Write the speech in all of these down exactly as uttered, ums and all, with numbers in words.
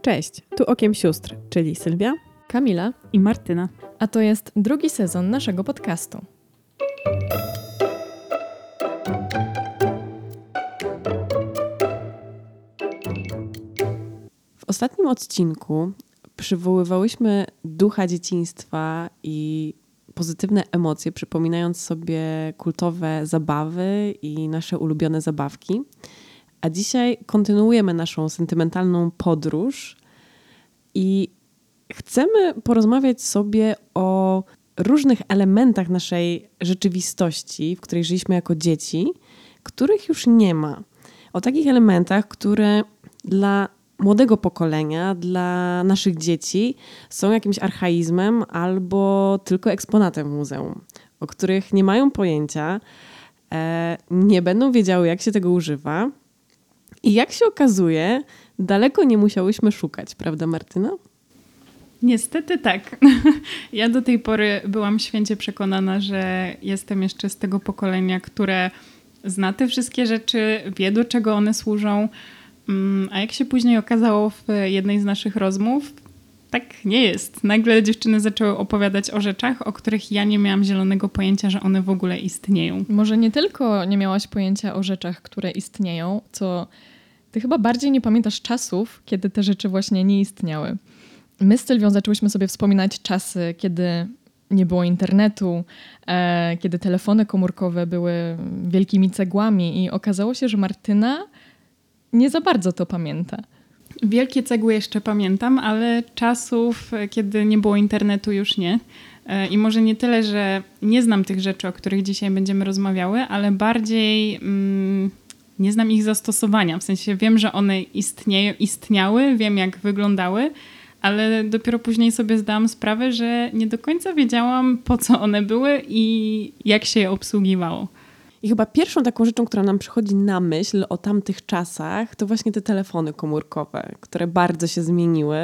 Cześć, tu Okiem Sióstr, czyli Sylwia, Kamila i Martyna. A to jest drugi sezon naszego podcastu. W ostatnim odcinku przywoływałyśmy ducha dzieciństwa i pozytywne emocje, przypominając sobie kultowe zabawy i nasze ulubione zabawki. A dzisiaj kontynuujemy naszą sentymentalną podróż i chcemy porozmawiać sobie o różnych elementach naszej rzeczywistości, w której żyliśmy jako dzieci, których już nie ma. O takich elementach, które dla młodego pokolenia, dla naszych dzieci są jakimś archaizmem albo tylko eksponatem w muzeum, o których nie mają pojęcia, e, nie będą wiedziały, jak się tego używa i jak się okazuje, daleko nie musiałyśmy szukać, prawda Martyna? Niestety tak. Ja do tej pory byłam święcie przekonana, że jestem jeszcze z tego pokolenia, które zna te wszystkie rzeczy, wie do czego one służą. A jak się później okazało w jednej z naszych rozmów, tak nie jest. Nagle dziewczyny zaczęły opowiadać o rzeczach, o których ja nie miałam zielonego pojęcia, że one w ogóle istnieją. Może nie tylko nie miałaś pojęcia o rzeczach, które istnieją, co ty chyba bardziej nie pamiętasz czasów, kiedy te rzeczy właśnie nie istniały. My z Sylwią zaczęłyśmy sobie wspominać czasy, kiedy nie było internetu, e, kiedy telefony komórkowe były wielkimi cegłami i okazało się, że Martyna nie za bardzo to pamięta. Wielkie cegły jeszcze pamiętam, ale czasów, kiedy nie było internetu, już nie. I może nie tyle, że nie znam tych rzeczy, o których dzisiaj będziemy rozmawiały, ale bardziej mm, nie znam ich zastosowania. W sensie wiem, że one istnieją, istniały, wiem jak wyglądały, ale dopiero później sobie zdałam sprawę, że nie do końca wiedziałam, po co one były i jak się je obsługiwało. I chyba pierwszą taką rzeczą, która nam przychodzi na myśl o tamtych czasach, to właśnie te telefony komórkowe, które bardzo się zmieniły.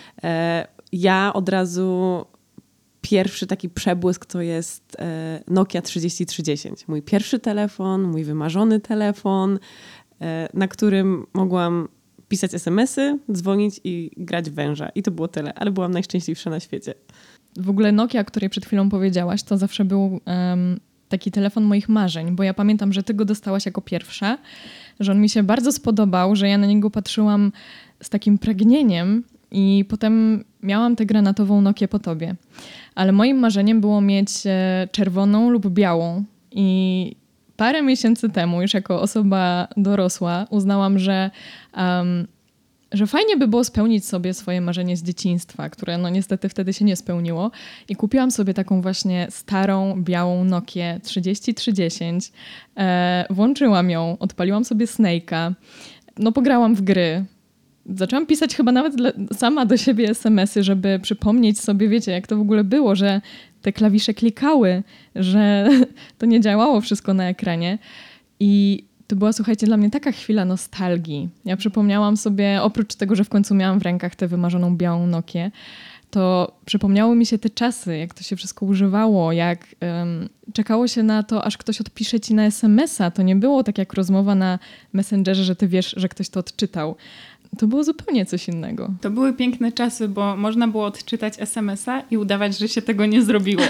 Ja od razu pierwszy taki przebłysk to jest Nokia trzydzieści trzy dziesięć. Mój pierwszy telefon, mój wymarzony telefon, na którym mogłam pisać es em esy, dzwonić i grać w węża. I to było tyle, ale byłam najszczęśliwsza na świecie. W ogóle Nokia, o której przed chwilą powiedziałaś, to zawsze był um, taki telefon moich marzeń, bo ja pamiętam, że ty go dostałaś jako pierwsza, że on mi się bardzo spodobał, że ja na niego patrzyłam z takim pragnieniem i potem miałam tę granatową Nokię po tobie. Ale moim marzeniem było mieć czerwoną lub białą i parę miesięcy temu, już jako osoba dorosła, uznałam, że, um, że fajnie by było spełnić sobie swoje marzenie z dzieciństwa, które no niestety wtedy się nie spełniło. I kupiłam sobie taką właśnie starą, białą Nokię trzydzieści trzy dziesięć. E, włączyłam ją, odpaliłam sobie Snake'a, no pograłam w gry. Zaczęłam pisać chyba nawet dla, sama do siebie es em esy, żeby przypomnieć sobie, wiecie, jak to w ogóle było, że te klawisze klikały, że to nie działało wszystko na ekranie. I to była, słuchajcie, dla mnie taka chwila nostalgii. Ja przypomniałam sobie, oprócz tego, że w końcu miałam w rękach tę wymarzoną białą Nokię, to przypomniały mi się te czasy, jak to się wszystko używało, jak um, czekało się na to, aż ktoś odpisze ci na es em esa. To nie było tak jak rozmowa na Messengerze, że ty wiesz, że ktoś to odczytał. To było zupełnie coś innego. To były piękne czasy, bo można było odczytać es em esa i udawać, że się tego nie zrobiło.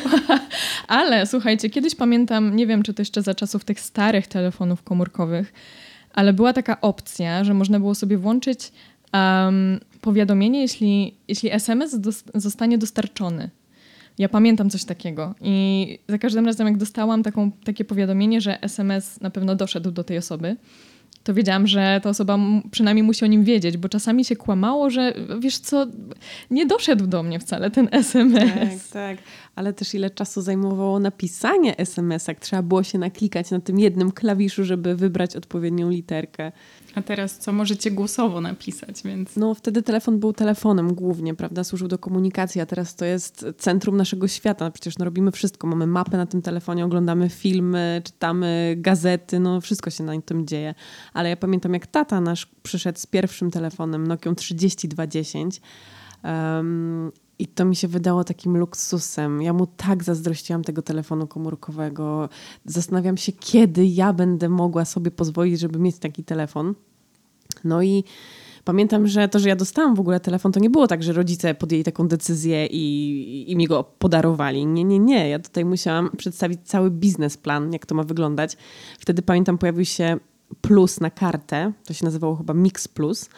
Ale słuchajcie, kiedyś pamiętam, nie wiem czy to jeszcze za czasów tych starych telefonów komórkowych, ale była taka opcja, że można było sobie włączyć um, powiadomienie, jeśli, jeśli es em es dos- zostanie dostarczony. Ja pamiętam coś takiego i za każdym razem jak dostałam taką, takie powiadomienie, że es em es na pewno doszedł do tej osoby, to wiedziałam, że ta osoba przynajmniej musi o nim wiedzieć, bo czasami się kłamało, że wiesz co, nie doszedł do mnie wcale ten es em es. Tak, tak. Ale też ile czasu zajmowało napisanie es em esa, jak trzeba było się naklikać na tym jednym klawiszu, żeby wybrać odpowiednią literkę. A teraz co możecie głosowo napisać, więc... No wtedy telefon był telefonem głównie, prawda? Służył do komunikacji, a teraz to jest centrum naszego świata. Przecież no, robimy wszystko. Mamy mapę na tym telefonie, oglądamy filmy, czytamy gazety, no wszystko się na tym dzieje. Ale ja pamiętam, jak tata nasz przyszedł z pierwszym telefonem, Nokią trzydzieści dwa dziesięć um, i to mi się wydało takim luksusem. Ja mu tak zazdrościłam tego telefonu komórkowego. Zastanawiam się, kiedy ja będę mogła sobie pozwolić, żeby mieć taki telefon. No i Pamiętam, że to, że ja dostałam w ogóle telefon, to nie było tak, że rodzice podjęli taką decyzję i, i mi go podarowali. Nie, nie, nie. Ja tutaj musiałam przedstawić cały biznesplan, jak to ma wyglądać. Wtedy pamiętam, pojawił się plus na kartę. To się nazywało chyba Mix Plus.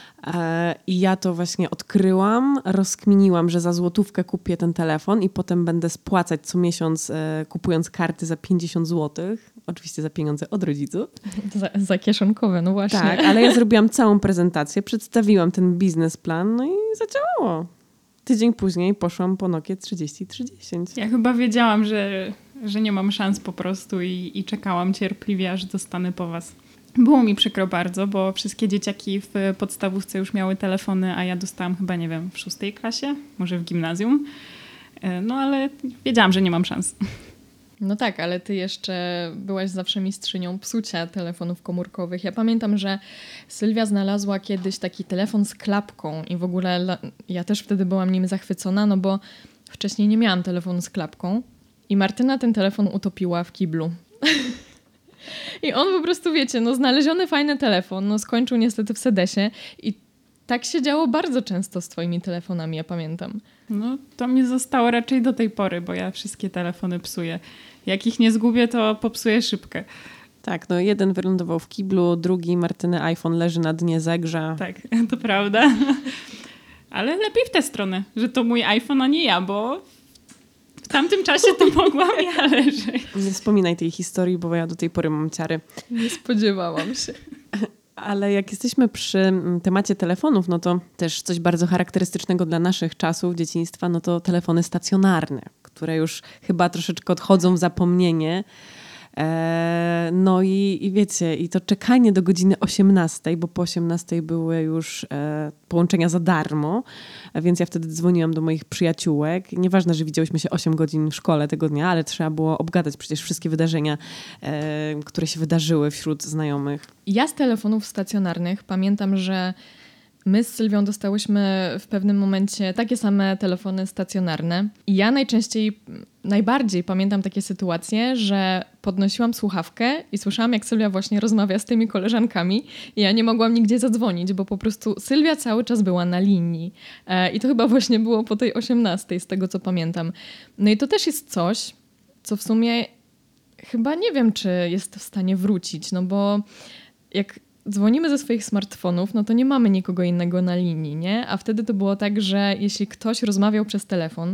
I ja to właśnie odkryłam, rozkminiłam, że za złotówkę kupię ten telefon i potem będę spłacać co miesiąc, kupując karty za pięćdziesiąt złotych. Oczywiście za pieniądze od rodziców. Za, za kieszonkowe, no właśnie. Tak, ale ja zrobiłam całą prezentację, przedstawiłam ten biznesplan, no i zadziałało. Tydzień później poszłam po Nokię trzydzieści trzydzieści. Ja chyba wiedziałam, że, że nie mam szans po prostu i, i czekałam cierpliwie, aż dostanę po was. Było mi przykro bardzo, bo wszystkie dzieciaki w podstawówce już miały telefony, a ja dostałam chyba, nie wiem, w szóstej klasie, może w gimnazjum. No ale wiedziałam, że nie mam szans. No tak, ale ty jeszcze byłaś zawsze mistrzynią psucia telefonów komórkowych. Ja pamiętam, że Sylwia znalazła kiedyś taki telefon z klapką i w ogóle ja też wtedy byłam nim zachwycona, no bo wcześniej nie miałam telefonu z klapką i Martyna ten telefon utopiła w kiblu. I on po prostu, wiecie, no znaleziony fajny telefon, no skończył niestety w sedesie i tak się działo bardzo często z twoimi telefonami, ja pamiętam. No to mi zostało raczej do tej pory, bo ja wszystkie telefony psuję. Jak ich nie zgubię, to popsuję szybkę. Tak, no jeden wylądował w kiblu, drugi Martyny iPhone leży na dnie zegrza. Tak, to prawda. Ale lepiej w tę stronę, że to mój iPhone, a nie ja, bo w tamtym czasie to mogłam ja leżeć. Nie wspominaj tej historii, bo ja do tej pory mam ciary. Nie spodziewałam się. Ale jak jesteśmy przy temacie telefonów, no to też coś bardzo charakterystycznego dla naszych czasów dzieciństwa, no to telefony stacjonarne, które już chyba troszeczkę odchodzą w zapomnienie. E, no i, i wiecie, i to czekanie do godziny osiemnastej, bo po osiemnastej były już e, połączenia za darmo, więc ja wtedy dzwoniłam do moich przyjaciółek. Nieważne, że widziałyśmy się osiem godzin w szkole tego dnia, ale trzeba było obgadać przecież wszystkie wydarzenia, e, które się wydarzyły wśród znajomych. Ja z telefonów stacjonarnych pamiętam, że my z Sylwią dostałyśmy w pewnym momencie takie same telefony stacjonarne i ja najczęściej, najbardziej pamiętam takie sytuacje, że podnosiłam słuchawkę i słyszałam, jak Sylwia właśnie rozmawia z tymi koleżankami i ja nie mogłam nigdzie zadzwonić, bo po prostu Sylwia cały czas była na linii i to chyba właśnie było po tej osiemnastej, z tego co pamiętam. No i to też jest coś, co w sumie chyba nie wiem, czy jest w stanie wrócić, no bo jak dzwonimy ze swoich smartfonów, no to nie mamy nikogo innego na linii, nie? A wtedy to było tak, że jeśli ktoś rozmawiał przez telefon,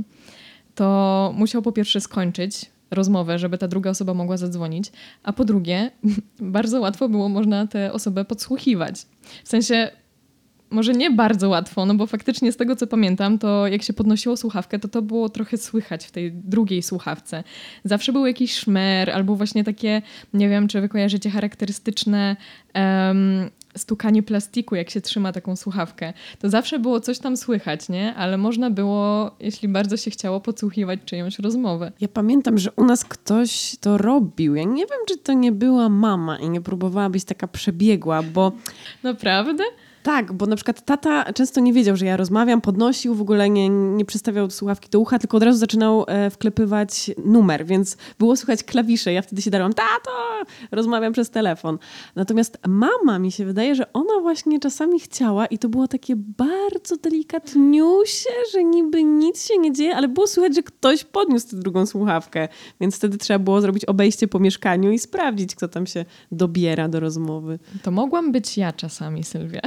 to musiał po pierwsze skończyć rozmowę, żeby ta druga osoba mogła zadzwonić, a po drugie bardzo łatwo było można tę osobę podsłuchiwać. W sensie może nie bardzo łatwo, no bo faktycznie z tego, co pamiętam, to jak się podnosiło słuchawkę, to to było trochę słychać w tej drugiej słuchawce. Zawsze był jakiś szmer albo właśnie takie, nie wiem, czy wy kojarzycie charakterystyczne um, stukanie plastiku, jak się trzyma taką słuchawkę. To zawsze było coś tam słychać, nie? Ale można było, jeśli bardzo się chciało, podsłuchiwać czyjąś rozmowę. Ja pamiętam, że u nas ktoś to robił. Ja nie wiem, czy to nie była mama i nie próbowała być taka przebiegła, bo... Naprawdę? Tak, bo na przykład tata często nie wiedział, że ja rozmawiam, podnosił, w ogóle nie, nie przystawiał słuchawki do ucha, tylko od razu zaczynał e, wklepywać numer, więc było słychać klawisze. Ja wtedy się darłam, tato, rozmawiam przez telefon. Natomiast mama, mi się wydaje, że ona właśnie czasami chciała i to było takie bardzo delikatniusie, że niby nic się nie dzieje, ale było słychać, że ktoś podniósł tę drugą słuchawkę, więc wtedy trzeba było zrobić obejście po mieszkaniu i sprawdzić, kto tam się dobiera do rozmowy. To mogłam być ja czasami, Sylwia.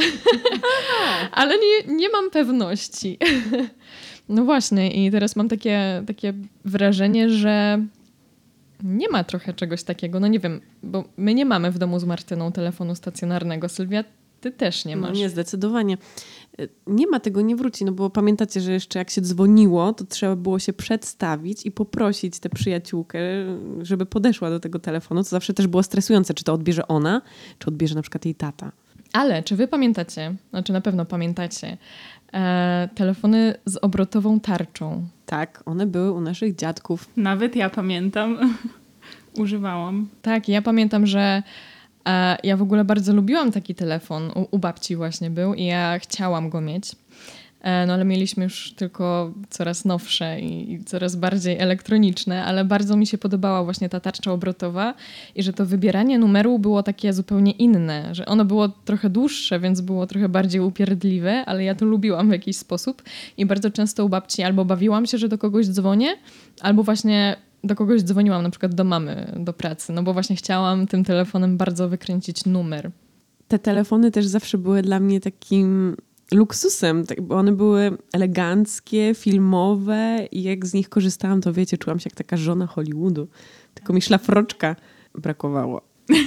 Ale nie, nie mam pewności. No właśnie i teraz mam takie, takie wrażenie, że nie ma trochę czegoś takiego. No nie wiem, bo my nie mamy w domu z Martyną telefonu stacjonarnego. Sylwia, ty też nie masz. No nie, zdecydowanie. Nie ma tego, nie wróci, no bo pamiętacie, że jeszcze jak się dzwoniło, to trzeba było się przedstawić i poprosić tę przyjaciółkę, żeby podeszła do tego telefonu. To zawsze też było stresujące, czy to odbierze ona, czy odbierze na przykład jej tata. Ale czy wy pamiętacie, znaczy na pewno pamiętacie, e, telefony z obrotową tarczą? Tak, one były u naszych dziadków. Nawet ja pamiętam, używałam. Tak, ja pamiętam, że e, ja w ogóle bardzo lubiłam taki telefon, u, u babci właśnie był i ja chciałam go mieć. No ale mieliśmy już tylko coraz nowsze i, i coraz bardziej elektroniczne, ale bardzo mi się podobała właśnie ta tarcza obrotowa i że to wybieranie numeru było takie zupełnie inne, że ono było trochę dłuższe, więc było trochę bardziej upierdliwe, ale ja to lubiłam w jakiś sposób i bardzo często u babci albo bawiłam się, że do kogoś dzwonię, albo właśnie do kogoś dzwoniłam, na przykład do mamy, do pracy, no bo właśnie chciałam tym telefonem bardzo wykręcić numer. Te telefony też zawsze były dla mnie takim luksusem, tak, bo one były eleganckie, filmowe i jak z nich korzystałam, to wiecie, czułam się jak taka żona Hollywoodu. Tylko mi szlafroczka brakowało.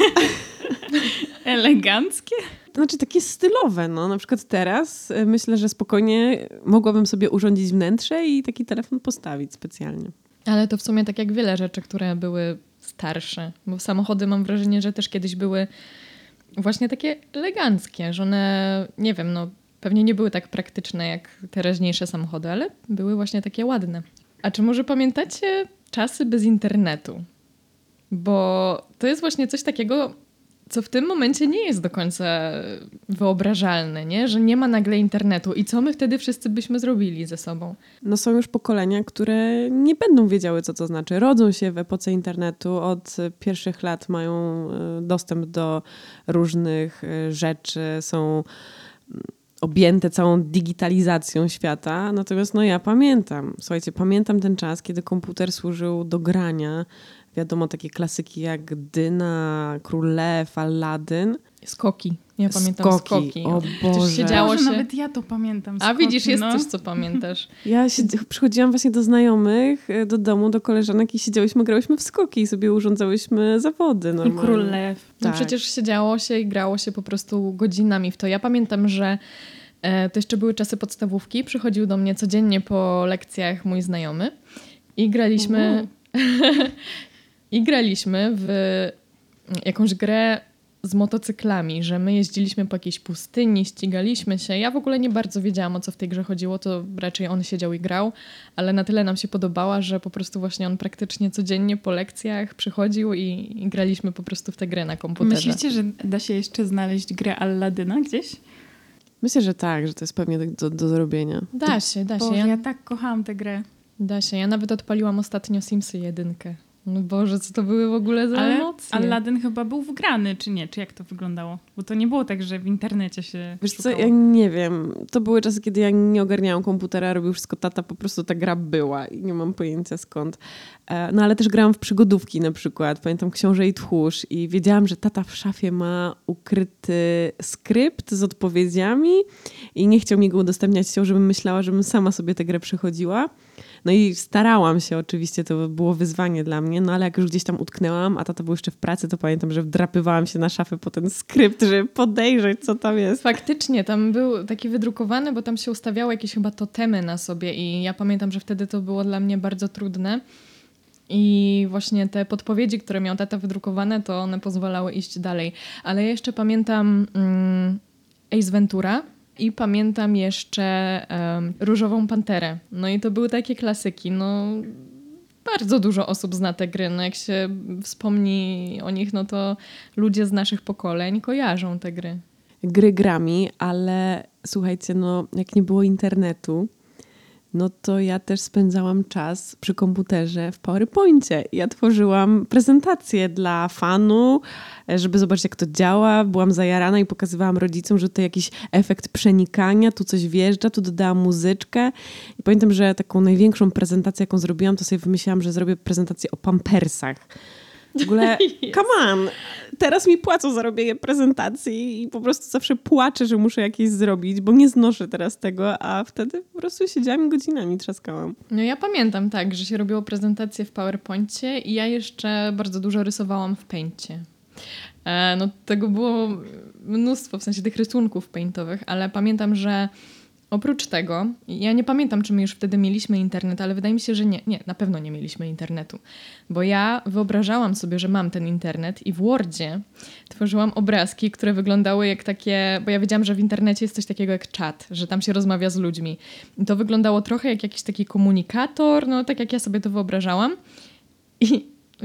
Eleganckie? Znaczy takie stylowe, no. Na przykład teraz myślę, że spokojnie mogłabym sobie urządzić wnętrze i taki telefon postawić specjalnie. Ale to w sumie tak jak wiele rzeczy, które były starsze. Bo samochody mam wrażenie, że też kiedyś były właśnie takie eleganckie, że one, nie wiem, no pewnie nie były tak praktyczne jak teraźniejsze samochody, ale były właśnie takie ładne. A czy może pamiętacie czasy bez internetu? Bo to jest właśnie coś takiego, co w tym momencie nie jest do końca wyobrażalne, nie? Że nie ma nagle internetu. I co my wtedy wszyscy byśmy zrobili ze sobą? No są już pokolenia, które nie będą wiedziały, co to znaczy. Rodzą się w epoce internetu, od pierwszych lat mają dostęp do różnych rzeczy, są objęte całą digitalizacją świata. Natomiast no ja pamiętam, słuchajcie, pamiętam ten czas, kiedy komputer służył do grania. Wiadomo, takie klasyki jak Dyna, Król Lew, Aladdin. Skoki. Ja pamiętam skoki. skoki. O Boże. Się działo się... Nawet ja to pamiętam. Skoki, A widzisz, jest no. coś, co pamiętasz. Ja się, przychodziłam właśnie do znajomych, do domu, do koleżanek i siedziałyśmy, grałyśmy w skoki i sobie urządzałyśmy zawody normalnie. Król Lew. No tak. przecież siedziało się i grało się po prostu godzinami w to. Ja pamiętam, że e, to jeszcze były czasy podstawówki. Przychodził do mnie codziennie po lekcjach mój znajomy i graliśmy... I graliśmy w jakąś grę z motocyklami, że my jeździliśmy po jakiejś pustyni, ścigaliśmy się. Ja w ogóle nie bardzo wiedziałam, o co w tej grze chodziło, to raczej on siedział i grał, ale na tyle nam się podobała, że po prostu właśnie on praktycznie codziennie po lekcjach przychodził i, i graliśmy po prostu w tę grę na komputerze. Myślicie, że da się jeszcze znaleźć grę Aladyna gdzieś? Myślę, że tak, że to jest pewnie do, do zrobienia. Da się, da się. Boże, Ja, ja tak kochałam tę grę. da się. Ja nawet odpaliłam ostatnio Simsy jedynkę. No Boże, co to były w ogóle za Ale emocje? Aladdin chyba był wgrany, czy nie? Czy jak to wyglądało? Bo to nie było tak, że w internecie się Wiesz szukało. co, ja nie wiem. To były czasy, kiedy ja nie ogarniałam komputera, robił wszystko tata, po prostu ta gra była i nie mam pojęcia skąd. No ale też grałam w przygodówki na przykład. Pamiętam Książę i Tchórz i wiedziałam, że tata w szafie ma ukryty skrypt z odpowiedziami i nie chciał mi go udostępniać, chciał, żebym myślała, żebym sama sobie tę grę przechodziła. No i starałam się oczywiście, to było wyzwanie dla mnie, no ale jak już gdzieś tam utknęłam, a tata był jeszcze w pracy, to pamiętam, że wdrapywałam się na szafę po ten skrypt, żeby podejrzeć, co tam jest. Faktycznie, tam był taki wydrukowany, bo tam się ustawiało jakieś chyba totemy na sobie i ja pamiętam, że wtedy to było dla mnie bardzo trudne. I właśnie te podpowiedzi, które miał tata wydrukowane, to one pozwalały iść dalej. Ale ja jeszcze pamiętam um, Ace Ventura i pamiętam jeszcze um, Różową Panterę. No i to były takie klasyki. No, bardzo dużo osób zna te gry. No jak się wspomni o nich, no to ludzie z naszych pokoleń kojarzą te gry. Gry grami, ale słuchajcie, no jak nie było internetu, no to ja też spędzałam czas przy komputerze w PowerPoincie. Ja tworzyłam prezentację dla fanu, żeby zobaczyć, jak to działa. Byłam zajarana i pokazywałam rodzicom, że to jakiś efekt przenikania, tu coś wjeżdża, tu dodałam muzyczkę. I pamiętam, że taką największą prezentację, jaką zrobiłam, to sobie wymyślałam, że zrobię prezentację o pampersach. W ogóle, come on, teraz mi płacą za robienie prezentacji i po prostu zawsze płaczę, że muszę jakieś zrobić, bo nie znoszę teraz tego, a wtedy po prostu siedziałam i godzinami trzaskałam. No ja pamiętam tak, że się robiło prezentacje w PowerPoincie i ja jeszcze bardzo dużo rysowałam w Paincie. E, no tego było mnóstwo, w sensie tych rysunków paintowych, ale pamiętam, że oprócz tego, ja nie pamiętam, czy my już wtedy mieliśmy internet, ale wydaje mi się, że nie, nie, na pewno nie mieliśmy internetu. Bo ja wyobrażałam sobie, że mam ten internet i w Wordzie tworzyłam obrazki, które wyglądały jak takie, bo ja wiedziałam, że w internecie jest coś takiego jak czat, że tam się rozmawia z ludźmi. I to wyglądało trochę jak jakiś taki komunikator, no tak jak ja sobie to wyobrażałam. I to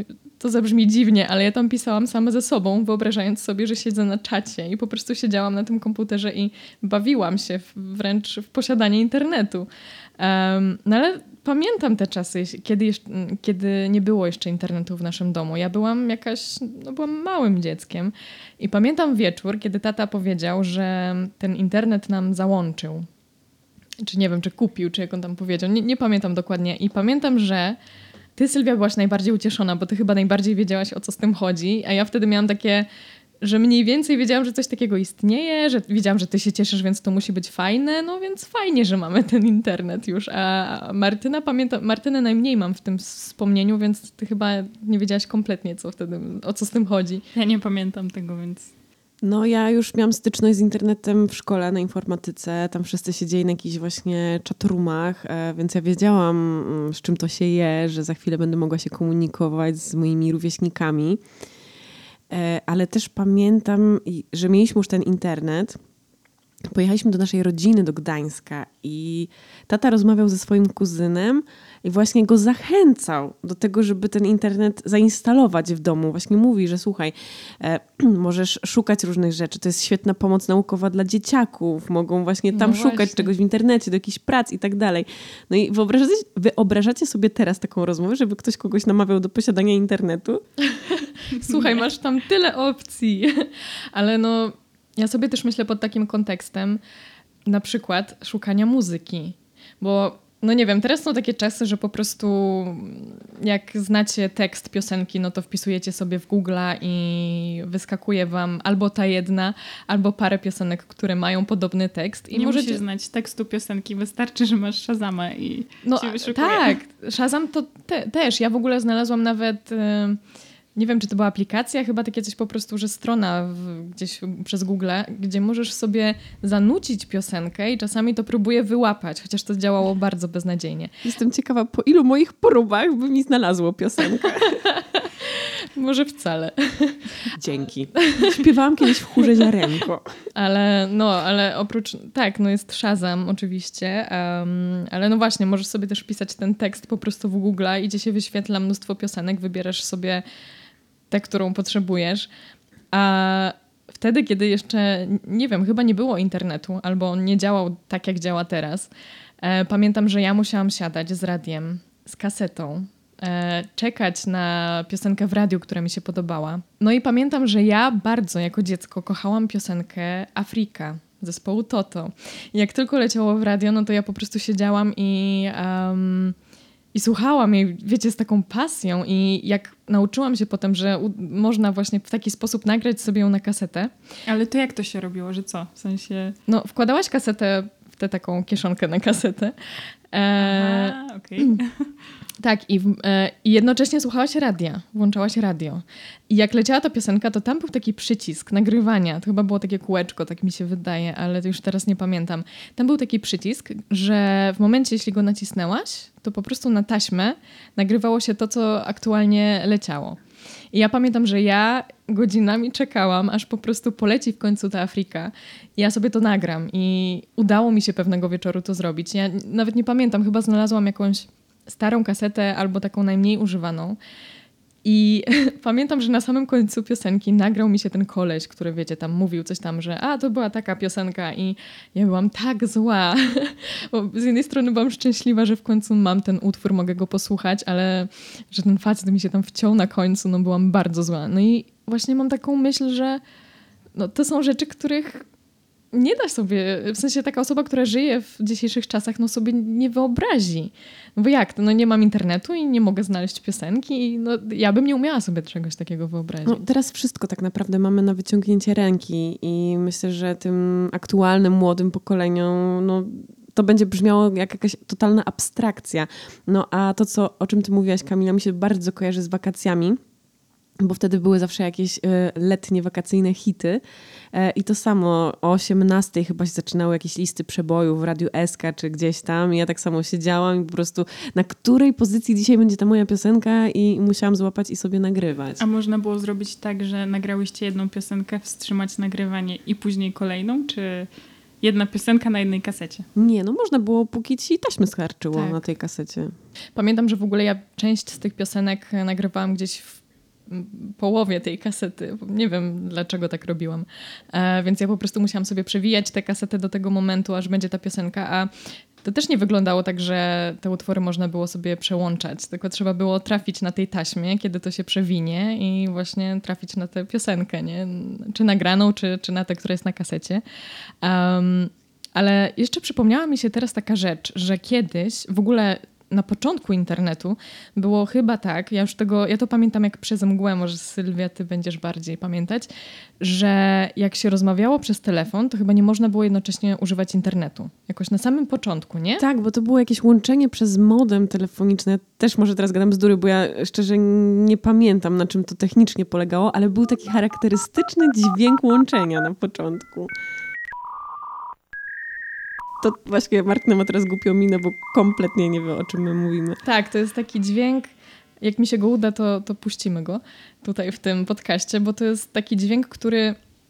to zabrzmi dziwnie, ale ja tam pisałam sama ze sobą, wyobrażając sobie, że siedzę na czacie i po prostu siedziałam na tym komputerze i bawiłam się w, wręcz w posiadanie internetu. Um, no ale pamiętam te czasy, kiedy, jeszcze, kiedy nie było jeszcze internetu w naszym domu. Ja byłam jakaś, no byłam małym dzieckiem i pamiętam wieczór, kiedy tata powiedział, że ten internet nam załączył. Czy nie wiem, czy kupił, czy jak on tam powiedział. Nie, nie pamiętam dokładnie. I pamiętam, że ty, Sylwia, byłaś najbardziej ucieszona, bo ty chyba najbardziej wiedziałaś, o co z tym chodzi, a ja wtedy miałam takie, że mniej więcej wiedziałam, że coś takiego istnieje, że wiedziałam, że ty się cieszysz, więc to musi być fajne, no więc fajnie, że mamy ten internet już. A Martyna, pamiętam, Martynę najmniej mam w tym wspomnieniu, więc ty chyba nie wiedziałaś kompletnie, co wtedy, o co z tym chodzi. Ja nie pamiętam tego, więc... No ja już miałam styczność z internetem w szkole na informatyce. Tam wszyscy siedzieli na jakichś właśnie chatroomach, więc ja wiedziałam, z czym to się je, że za chwilę będę mogła się komunikować z moimi rówieśnikami. Ale też pamiętam, że mieliśmy już ten internet. Pojechaliśmy do naszej rodziny, do Gdańska i tata rozmawiał ze swoim kuzynem i właśnie go zachęcał do tego, żeby ten internet zainstalować w domu. Właśnie mówi, że słuchaj, e, możesz szukać różnych rzeczy, to jest świetna pomoc naukowa dla dzieciaków, mogą właśnie tam no szukać właśnie. czegoś w internecie, do jakichś prac i tak dalej. No i wyobrażacie, wyobrażacie sobie teraz taką rozmowę, żeby ktoś kogoś namawiał do posiadania internetu? Słuchaj, masz tam tyle opcji, ale no... Ja sobie też myślę pod takim kontekstem na przykład szukania muzyki, bo no nie wiem, teraz są takie czasy, że po prostu jak znacie tekst piosenki, no to wpisujecie sobie w Google'a i wyskakuje wam albo ta jedna, albo parę piosenek, które mają podobny tekst. I nie możecie... musisz znać tekstu piosenki, wystarczy, że masz Shazama i no, ci wyszukuje. Tak, Shazam to te, też. Ja w ogóle znalazłam nawet... Yy... Nie wiem, czy to była aplikacja, chyba takie coś po prostu, że strona w, gdzieś przez Google, gdzie możesz sobie zanucić piosenkę i czasami to próbuję wyłapać, chociaż to działało bardzo beznadziejnie. Jestem ciekawa, po ilu moich próbach by mi znalazło piosenkę. Może wcale. Dzięki. Śpiewałam kiedyś w chórze ziarenko. Ale no, ale oprócz... Tak, no jest Shazam oczywiście, um, ale no właśnie, możesz sobie też wpisać ten tekst po prostu w Google i gdzie się wyświetla mnóstwo piosenek, wybierasz sobie tę, którą potrzebujesz. A wtedy, kiedy jeszcze, nie wiem, chyba nie było internetu, albo on nie działał tak, jak działa teraz, e, pamiętam, że ja musiałam siadać z radiem, z kasetą, e, czekać na piosenkę w radiu, która mi się podobała. No i pamiętam, że ja bardzo jako dziecko kochałam piosenkę Afrika zespołu Toto. I jak tylko leciało w radio, no to ja po prostu siedziałam i... Um, I słuchałam jej, wiecie, z taką pasją i jak nauczyłam się potem, że u- można właśnie w taki sposób nagrać sobie ją na kasetę. Ale to jak to się robiło, że co? W sensie... No, wkładałaś kasetę w tę taką kieszonkę na kasetę. E, Aha, okej. Okay. Tak, i, w, e, i jednocześnie słuchałaś radia, włączałaś radio. I jak leciała ta piosenka, to tam był taki przycisk nagrywania. To chyba było takie kółeczko, tak mi się wydaje, ale już teraz nie pamiętam. Tam był taki przycisk, że w momencie, jeśli go nacisnęłaś, to po prostu na taśmę nagrywało się to, co aktualnie leciało. I ja pamiętam, że ja godzinami czekałam, aż po prostu poleci w końcu ta Afryka. I ja sobie to nagram i udało mi się pewnego wieczoru to zrobić. Ja nawet nie pamiętam, chyba znalazłam jakąś starą kasetę albo taką najmniej używaną. I pamiętam, że na samym końcu piosenki nagrał mi się ten koleś, który, wiecie, tam mówił coś tam, że a, to była taka piosenka i ja byłam tak zła. Bo z jednej strony byłam szczęśliwa, że w końcu mam ten utwór, mogę go posłuchać, ale że ten facet mi się tam wciął na końcu, no byłam bardzo zła. No i właśnie mam taką myśl, że no, to są rzeczy, których nie da sobie, w sensie taka osoba, która żyje w dzisiejszych czasach, no sobie nie wyobrazi. No bo jak? No nie mam internetu i nie mogę znaleźć piosenki i no ja bym nie umiała sobie czegoś takiego wyobrazić. No, teraz wszystko tak naprawdę mamy na wyciągnięcie ręki i myślę, że tym aktualnym, młodym pokoleniom no, to będzie brzmiało jak jakaś totalna abstrakcja. No a to, co, o czym ty mówiłaś, Kamila, mi się bardzo kojarzy z wakacjami, bo wtedy były zawsze jakieś y, letnie, wakacyjne hity y, i to samo o osiemnastej chyba się zaczynały jakieś listy przebojów w Radiu S K czy gdzieś tam i ja tak samo siedziałam i po prostu na której pozycji dzisiaj będzie ta moja piosenka i musiałam złapać i sobie nagrywać. A można było zrobić tak, że nagrałyście jedną piosenkę, wstrzymać nagrywanie i później kolejną, czy jedna piosenka na jednej kasecie? Nie, no można było, póki ci taśmy skarczyło tak. na tej kasecie. Pamiętam, że w ogóle ja część z tych piosenek nagrywałam gdzieś w połowie tej kasety. Nie wiem, dlaczego tak robiłam. E, więc ja po prostu musiałam sobie przewijać tę kasetę do tego momentu, aż będzie ta piosenka, a to też nie wyglądało tak, że te utwory można było sobie przełączać, tylko trzeba było trafić na tej taśmie, kiedy to się przewinie i właśnie trafić na tę piosenkę, nie? Czy nagraną, czy, czy na tę, która jest na kasecie. Um, ale jeszcze przypomniała mi się teraz taka rzecz, że kiedyś w ogóle na początku internetu było chyba tak, ja już tego, ja to pamiętam jak przez mgłę, może Sylwia, ty będziesz bardziej pamiętać, że jak się rozmawiało przez telefon, to chyba nie można było jednocześnie używać internetu. Jakoś na samym początku, nie? Tak, bo to było jakieś łączenie przez modem telefoniczne. Też może teraz gadam bzdury, bo ja szczerze nie pamiętam, na czym to technicznie polegało, ale był taki charakterystyczny dźwięk łączenia na początku. To właśnie Martyna ma teraz głupią minę, bo kompletnie nie wie, o czym my mówimy. Tak, to jest taki dźwięk, jak mi się go uda, to, to puścimy go tutaj w tym podcaście, bo to jest taki dźwięk, który,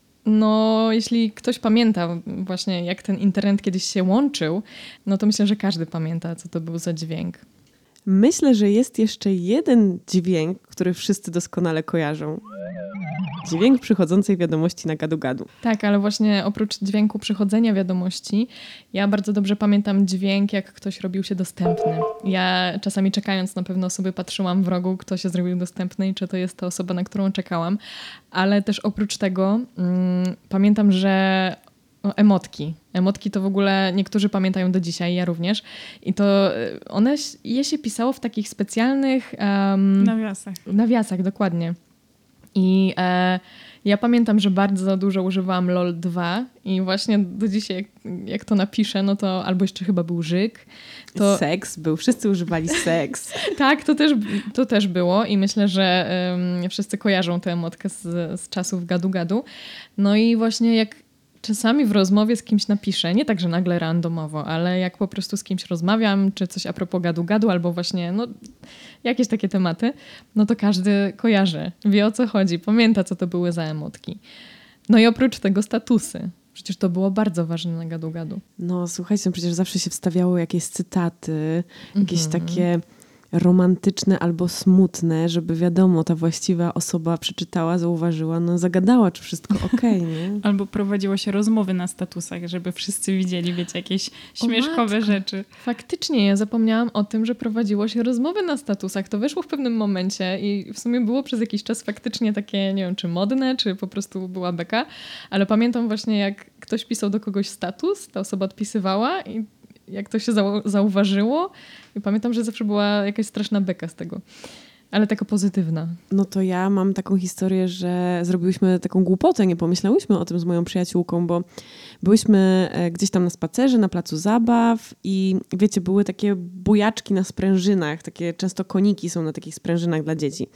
no jeśli ktoś pamięta właśnie jak ten internet kiedyś się łączył, no to myślę, że każdy pamięta, co to był za dźwięk. Myślę, że jest jeszcze jeden dźwięk, który wszyscy doskonale kojarzą. Dźwięk przychodzącej wiadomości na gadu-gadu. Tak, ale właśnie oprócz dźwięku przychodzenia wiadomości, ja bardzo dobrze pamiętam dźwięk, jak ktoś robił się dostępny. Ja czasami czekając na pewne osoby patrzyłam w rogu, kto się zrobił dostępny i czy to jest ta osoba, na którą czekałam. Ale też oprócz tego mm, pamiętam, że no, emotki. Emotki to w ogóle niektórzy pamiętają do dzisiaj, ja również. I to one, je się pisało w takich specjalnych... Um, nawiasach. Nawiasach, dokładnie. I e, ja pamiętam, że bardzo dużo używałam LOL dwa i właśnie do dzisiaj, jak, jak to napiszę, no to albo jeszcze chyba był Żyk. To... Seks był, wszyscy używali seks. Tak, to też, to też było i myślę, że um, wszyscy kojarzą tę emotkę z, z czasów gadu-gadu. No i właśnie jak czasami w rozmowie z kimś napiszę, nie tak, że nagle randomowo, ale jak po prostu z kimś rozmawiam, czy coś a propos gadu-gadu, albo właśnie no, jakieś takie tematy, no to każdy kojarzy, wie o co chodzi, pamięta, co to były za emotki. No i oprócz tego statusy. Przecież to było bardzo ważne na gadu-gadu. No słuchajcie, przecież zawsze się wstawiało jakieś cytaty, jakieś Mhm. takie romantyczne albo smutne, żeby wiadomo, ta właściwa osoba przeczytała, zauważyła, no zagadała, czy wszystko okej, nie? Albo prowadziło się rozmowy na statusach, żeby wszyscy widzieli, wiecie, jakieś śmieszkowe matko. rzeczy. Faktycznie, ja zapomniałam o tym, że prowadziło się rozmowy na statusach. To weszło w pewnym momencie i w sumie było przez jakiś czas faktycznie takie, nie wiem, czy modne, czy po prostu była beka, ale pamiętam właśnie, jak ktoś pisał do kogoś status, ta osoba odpisywała i jak to się zau- zauważyło i pamiętam, że zawsze była jakaś straszna beka z tego. Ale taka pozytywna. No to ja mam taką historię, że zrobiłyśmy taką głupotę, nie pomyślałyśmy o tym z moją przyjaciółką, bo byłyśmy gdzieś tam na spacerze, na placu zabaw i wiecie, były takie bujaczki na sprężynach, takie często koniki są na takich sprężynach dla dzieci.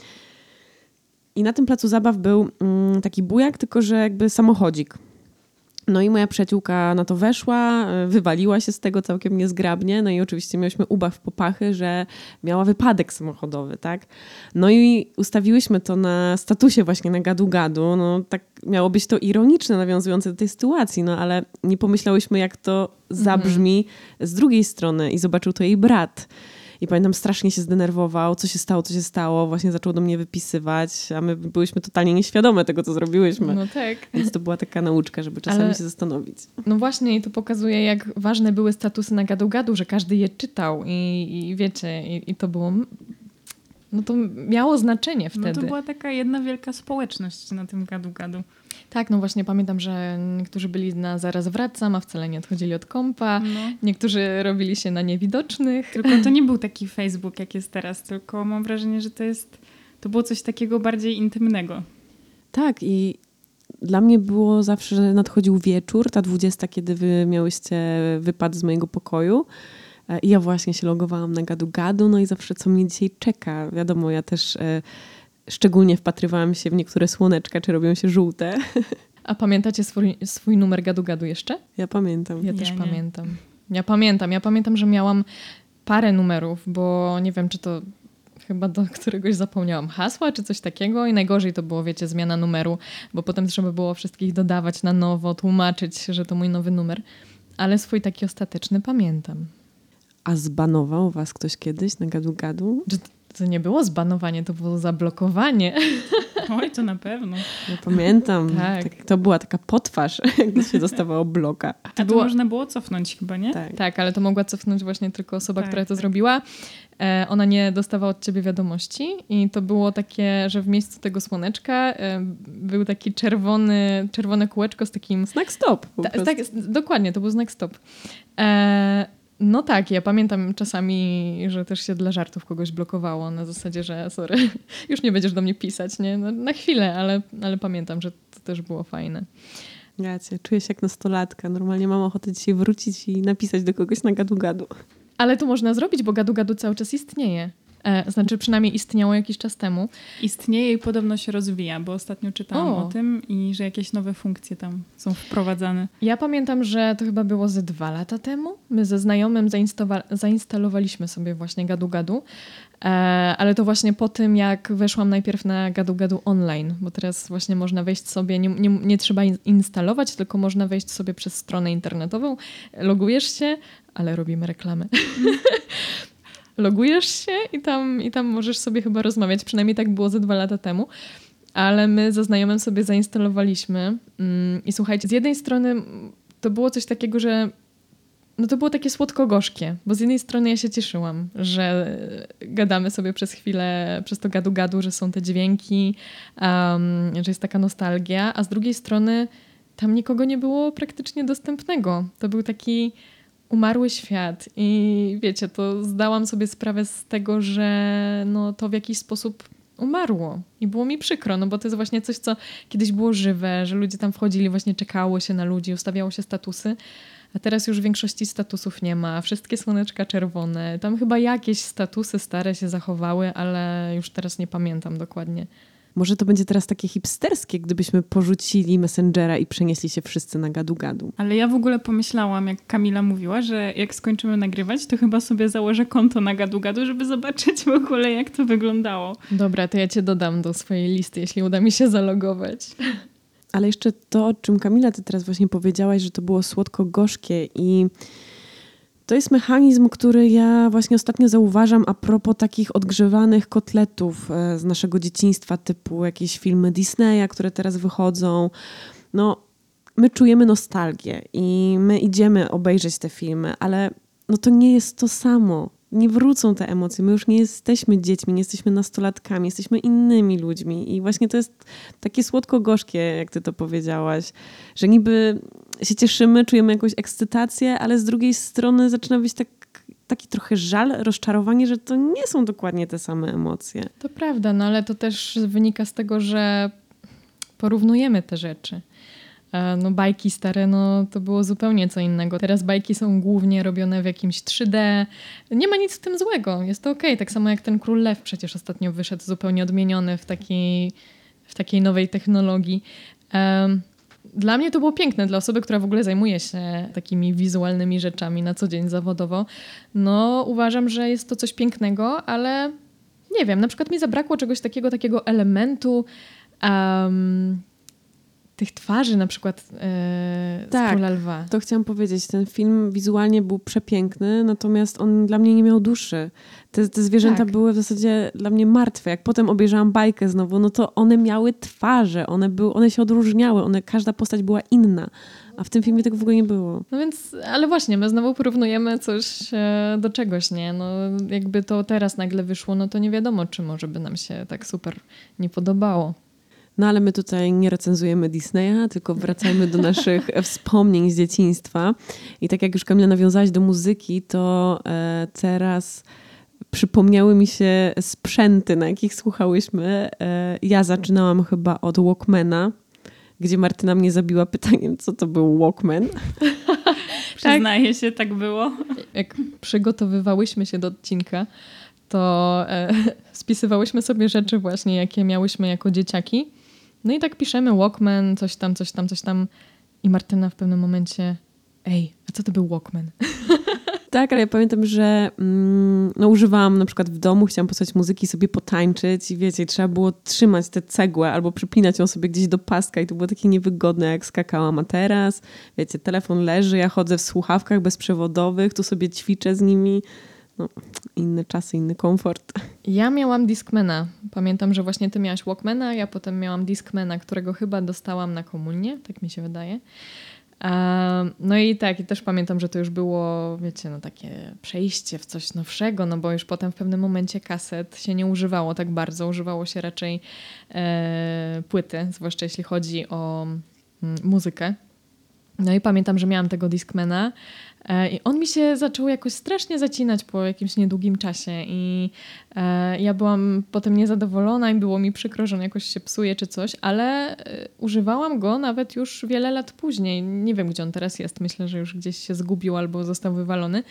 I na tym placu zabaw był mm, taki bujak, tylko że jakby samochodzik. No i moja przyjaciółka na to weszła, wywaliła się z tego całkiem niezgrabnie, no i oczywiście miałyśmy ubaw w popachy, że miała wypadek samochodowy, tak? No i ustawiłyśmy to na statusie właśnie na gadu-gadu, no tak miało być to ironiczne, nawiązujące do tej sytuacji, no ale nie pomyślałyśmy, jak to zabrzmi z drugiej strony i zobaczył to jej brat. I pamiętam, strasznie się zdenerwował, co się stało, co się stało, właśnie zaczął do mnie wypisywać, a my byłyśmy totalnie nieświadome tego, co zrobiłyśmy. No tak. Więc to była taka nauczka, żeby czasami Ale... się zastanowić. No właśnie i to pokazuje, jak ważne były statusy na gadu-gadu, że każdy je czytał i, i wiecie, i, i to było... No to miało znaczenie wtedy. No to była taka jedna wielka społeczność na tym gadu-gadu. Tak, no właśnie pamiętam, że niektórzy byli na zaraz wracam, a wcale nie odchodzili od kompa. No. Niektórzy robili się na niewidocznych. Tylko to nie był taki Facebook, jak jest teraz, tylko mam wrażenie, że to jest, to było coś takiego bardziej intymnego. Tak i dla mnie było zawsze, że nadchodził wieczór, ta dwudziesta, kiedy wy miałyście wypad z mojego pokoju. I ja właśnie się logowałam na gadu-gadu, no i zawsze co mnie dzisiaj czeka. Wiadomo, ja też e, szczególnie wpatrywałam się w niektóre słoneczka, czy robią się żółte. A pamiętacie swój, swój numer gadu-gadu jeszcze? Ja pamiętam. Ja Ja też nie. pamiętam. Ja pamiętam. Ja pamiętam, że miałam parę numerów, bo nie wiem, czy to chyba do któregoś zapomniałam hasła, czy coś takiego i najgorzej to było, wiecie, zmiana numeru, bo potem trzeba było wszystkich dodawać na nowo, tłumaczyć, że to mój nowy numer. Ale swój taki ostateczny pamiętam. A zbanował was ktoś kiedyś na gadu-gadu? Że To nie było zbanowanie, to było zablokowanie. Oj, to na pewno. Ja pamiętam, Tak. tak, to była taka potwarz, jak się dostawało bloka. A to było- można było cofnąć chyba, nie? Tak. Tak, ale to mogła cofnąć właśnie tylko osoba, Tak, która to tak. zrobiła. E, ona nie dostawała od ciebie wiadomości i to było takie, że w miejscu tego słoneczka e, był taki czerwony, czerwone kółeczko z takim... Znak stop. Po Ta, prostu. tak, s- dokładnie, to był znak stop. E, no tak, ja pamiętam czasami, że też się dla żartów kogoś blokowało na zasadzie, że sorry, już nie będziesz do mnie pisać, nie? No, na chwilę, ale, ale pamiętam, że to też było fajne. Ja cię czuję się jak nastolatka. Normalnie mam ochotę dzisiaj wrócić i napisać do kogoś na gadu-gadu. Ale to można zrobić, bo gadu-gadu cały czas istnieje. E, znaczy przynajmniej istniało jakiś czas temu. Istnieje i podobno się rozwija, bo ostatnio czytałam O. o tym i że jakieś nowe funkcje tam są wprowadzane. Ja pamiętam, że to chyba było ze dwa lata temu. My ze znajomym zainstowa- zainstalowaliśmy sobie właśnie gadu-gadu. E, ale to właśnie po tym, jak weszłam najpierw na gadu-gadu online, bo teraz właśnie można wejść sobie, nie, nie, nie trzeba in- instalować, tylko można wejść sobie przez stronę internetową, logujesz się, ale robimy reklamę. Logujesz się i tam, i tam możesz sobie chyba rozmawiać. Przynajmniej tak było ze dwa lata temu. Ale my ze znajomym sobie zainstalowaliśmy. Mm, I słuchajcie, z jednej strony mm, to było coś takiego, że no to było takie słodko-gorzkie, bo z jednej strony ja się cieszyłam, że gadamy sobie przez chwilę, przez to gadu-gadu, że są te dźwięki, um, że jest taka nostalgia, a z drugiej strony tam nikogo nie było praktycznie dostępnego. To był taki umarły świat i wiecie, to zdałam sobie sprawę z tego, że no to w jakiś sposób umarło i było mi przykro, no bo to jest właśnie coś, co kiedyś było żywe, że ludzie tam wchodzili, właśnie czekało się na ludzi, ustawiało się statusy, a teraz już większości statusów nie ma, wszystkie słoneczka czerwone, tam chyba jakieś statusy stare się zachowały, ale już teraz nie pamiętam dokładnie. Może to będzie teraz takie hipsterskie, gdybyśmy porzucili Messengera i przenieśli się wszyscy na gadu-gadu. Ale ja w ogóle pomyślałam, jak Kamila mówiła, że jak skończymy nagrywać, to chyba sobie założę konto na gadu-gadu, żeby zobaczyć w ogóle, jak to wyglądało. Dobra, to ja cię dodam do swojej listy, jeśli uda mi się zalogować. Ale jeszcze to, o czym Kamila ty teraz właśnie powiedziałaś, że to było słodko-gorzkie i to jest mechanizm, który ja właśnie ostatnio zauważam a propos takich odgrzewanych kotletów e, z naszego dzieciństwa, typu jakieś filmy Disneya, które teraz wychodzą. No, my czujemy nostalgię i my idziemy obejrzeć te filmy, ale no to nie jest to samo. Nie wrócą te emocje. My już nie jesteśmy dziećmi, nie jesteśmy nastolatkami, jesteśmy innymi ludźmi. I właśnie to jest takie słodko-gorzkie, jak ty to powiedziałaś, że niby się cieszymy, czujemy jakąś ekscytację, ale z drugiej strony zaczyna być tak, taki trochę żal, rozczarowanie, że to nie są dokładnie te same emocje. To prawda, no ale to też wynika z tego, że porównujemy te rzeczy. E, No bajki stare, no to było zupełnie co innego. Teraz bajki są głównie robione w jakimś trzy D. Nie ma nic w tym złego, jest to okej. Tak samo jak ten Król Lew przecież ostatnio wyszedł zupełnie odmieniony w takiej, w takiej nowej technologii. Em, Dla mnie to było piękne, dla osoby, która w ogóle zajmuje się takimi wizualnymi rzeczami na co dzień zawodowo. No uważam, że jest to coś pięknego, ale nie wiem, na przykład mi zabrakło czegoś takiego, takiego elementu um, tych twarzy na przykład e, z Tak. Króla Lwa. To chciałam powiedzieć, ten film wizualnie był przepiękny, natomiast on dla mnie nie miał duszy. Te, te zwierzęta Tak. były w zasadzie dla mnie martwe. Jak potem obejrzałam bajkę znowu, no to one miały twarze, one, były, one się odróżniały, one, każda postać była inna, a w tym filmie tego w ogóle nie było. No więc, ale właśnie, my znowu porównujemy coś e, do czegoś, nie? No jakby to teraz nagle wyszło, no to nie wiadomo, czy może by nam się tak super nie podobało. No ale my tutaj nie recenzujemy Disneya, tylko wracajmy do naszych wspomnień z dzieciństwa. I tak jak już Kamila nawiązałaś do muzyki, to e, teraz przypomniały mi się sprzęty, na jakich słuchałyśmy. E, ja zaczynałam chyba od Walkmana, gdzie Martyna mnie zabiła pytaniem, co to był Walkman. Przyznaję się, tak było. Jak przygotowywałyśmy się do odcinka, to e, spisywałyśmy sobie rzeczy właśnie, jakie miałyśmy jako dzieciaki. No i tak piszemy Walkman, coś tam, coś tam, coś tam. I Martyna w pewnym momencie, ej, a co to był Walkman? Tak, ale ja pamiętam, że mm, no, używałam na przykład w domu, chciałam posłuchać muzyki, sobie potańczyć i wiecie, trzeba było trzymać tę cegłę albo przypinać ją sobie gdzieś do paska i to było takie niewygodne, jak skakałam. A teraz, wiecie, telefon leży, ja chodzę w słuchawkach bezprzewodowych, tu sobie ćwiczę z nimi. no, inne czasy, inny komfort. Ja miałam Discmana. Pamiętam, że właśnie ty miałaś Walkmana, ja potem miałam Discmana, którego chyba dostałam na komunię, tak mi się wydaje. No i tak, i też pamiętam, że to już było, wiecie, no takie przejście w coś nowszego, no bo już potem w pewnym momencie kaset się nie używało tak bardzo, używało się raczej e, płyty, zwłaszcza jeśli chodzi o mm, muzykę. No i pamiętam, że miałam tego Discmana e, i on mi się zaczął jakoś strasznie zacinać po jakimś niedługim czasie i e, ja byłam potem niezadowolona i było mi przykro, że on jakoś się psuje czy coś, ale e, używałam go nawet już wiele lat później. Nie wiem, gdzie on teraz jest. Myślę, że już gdzieś się zgubił albo został wywalony.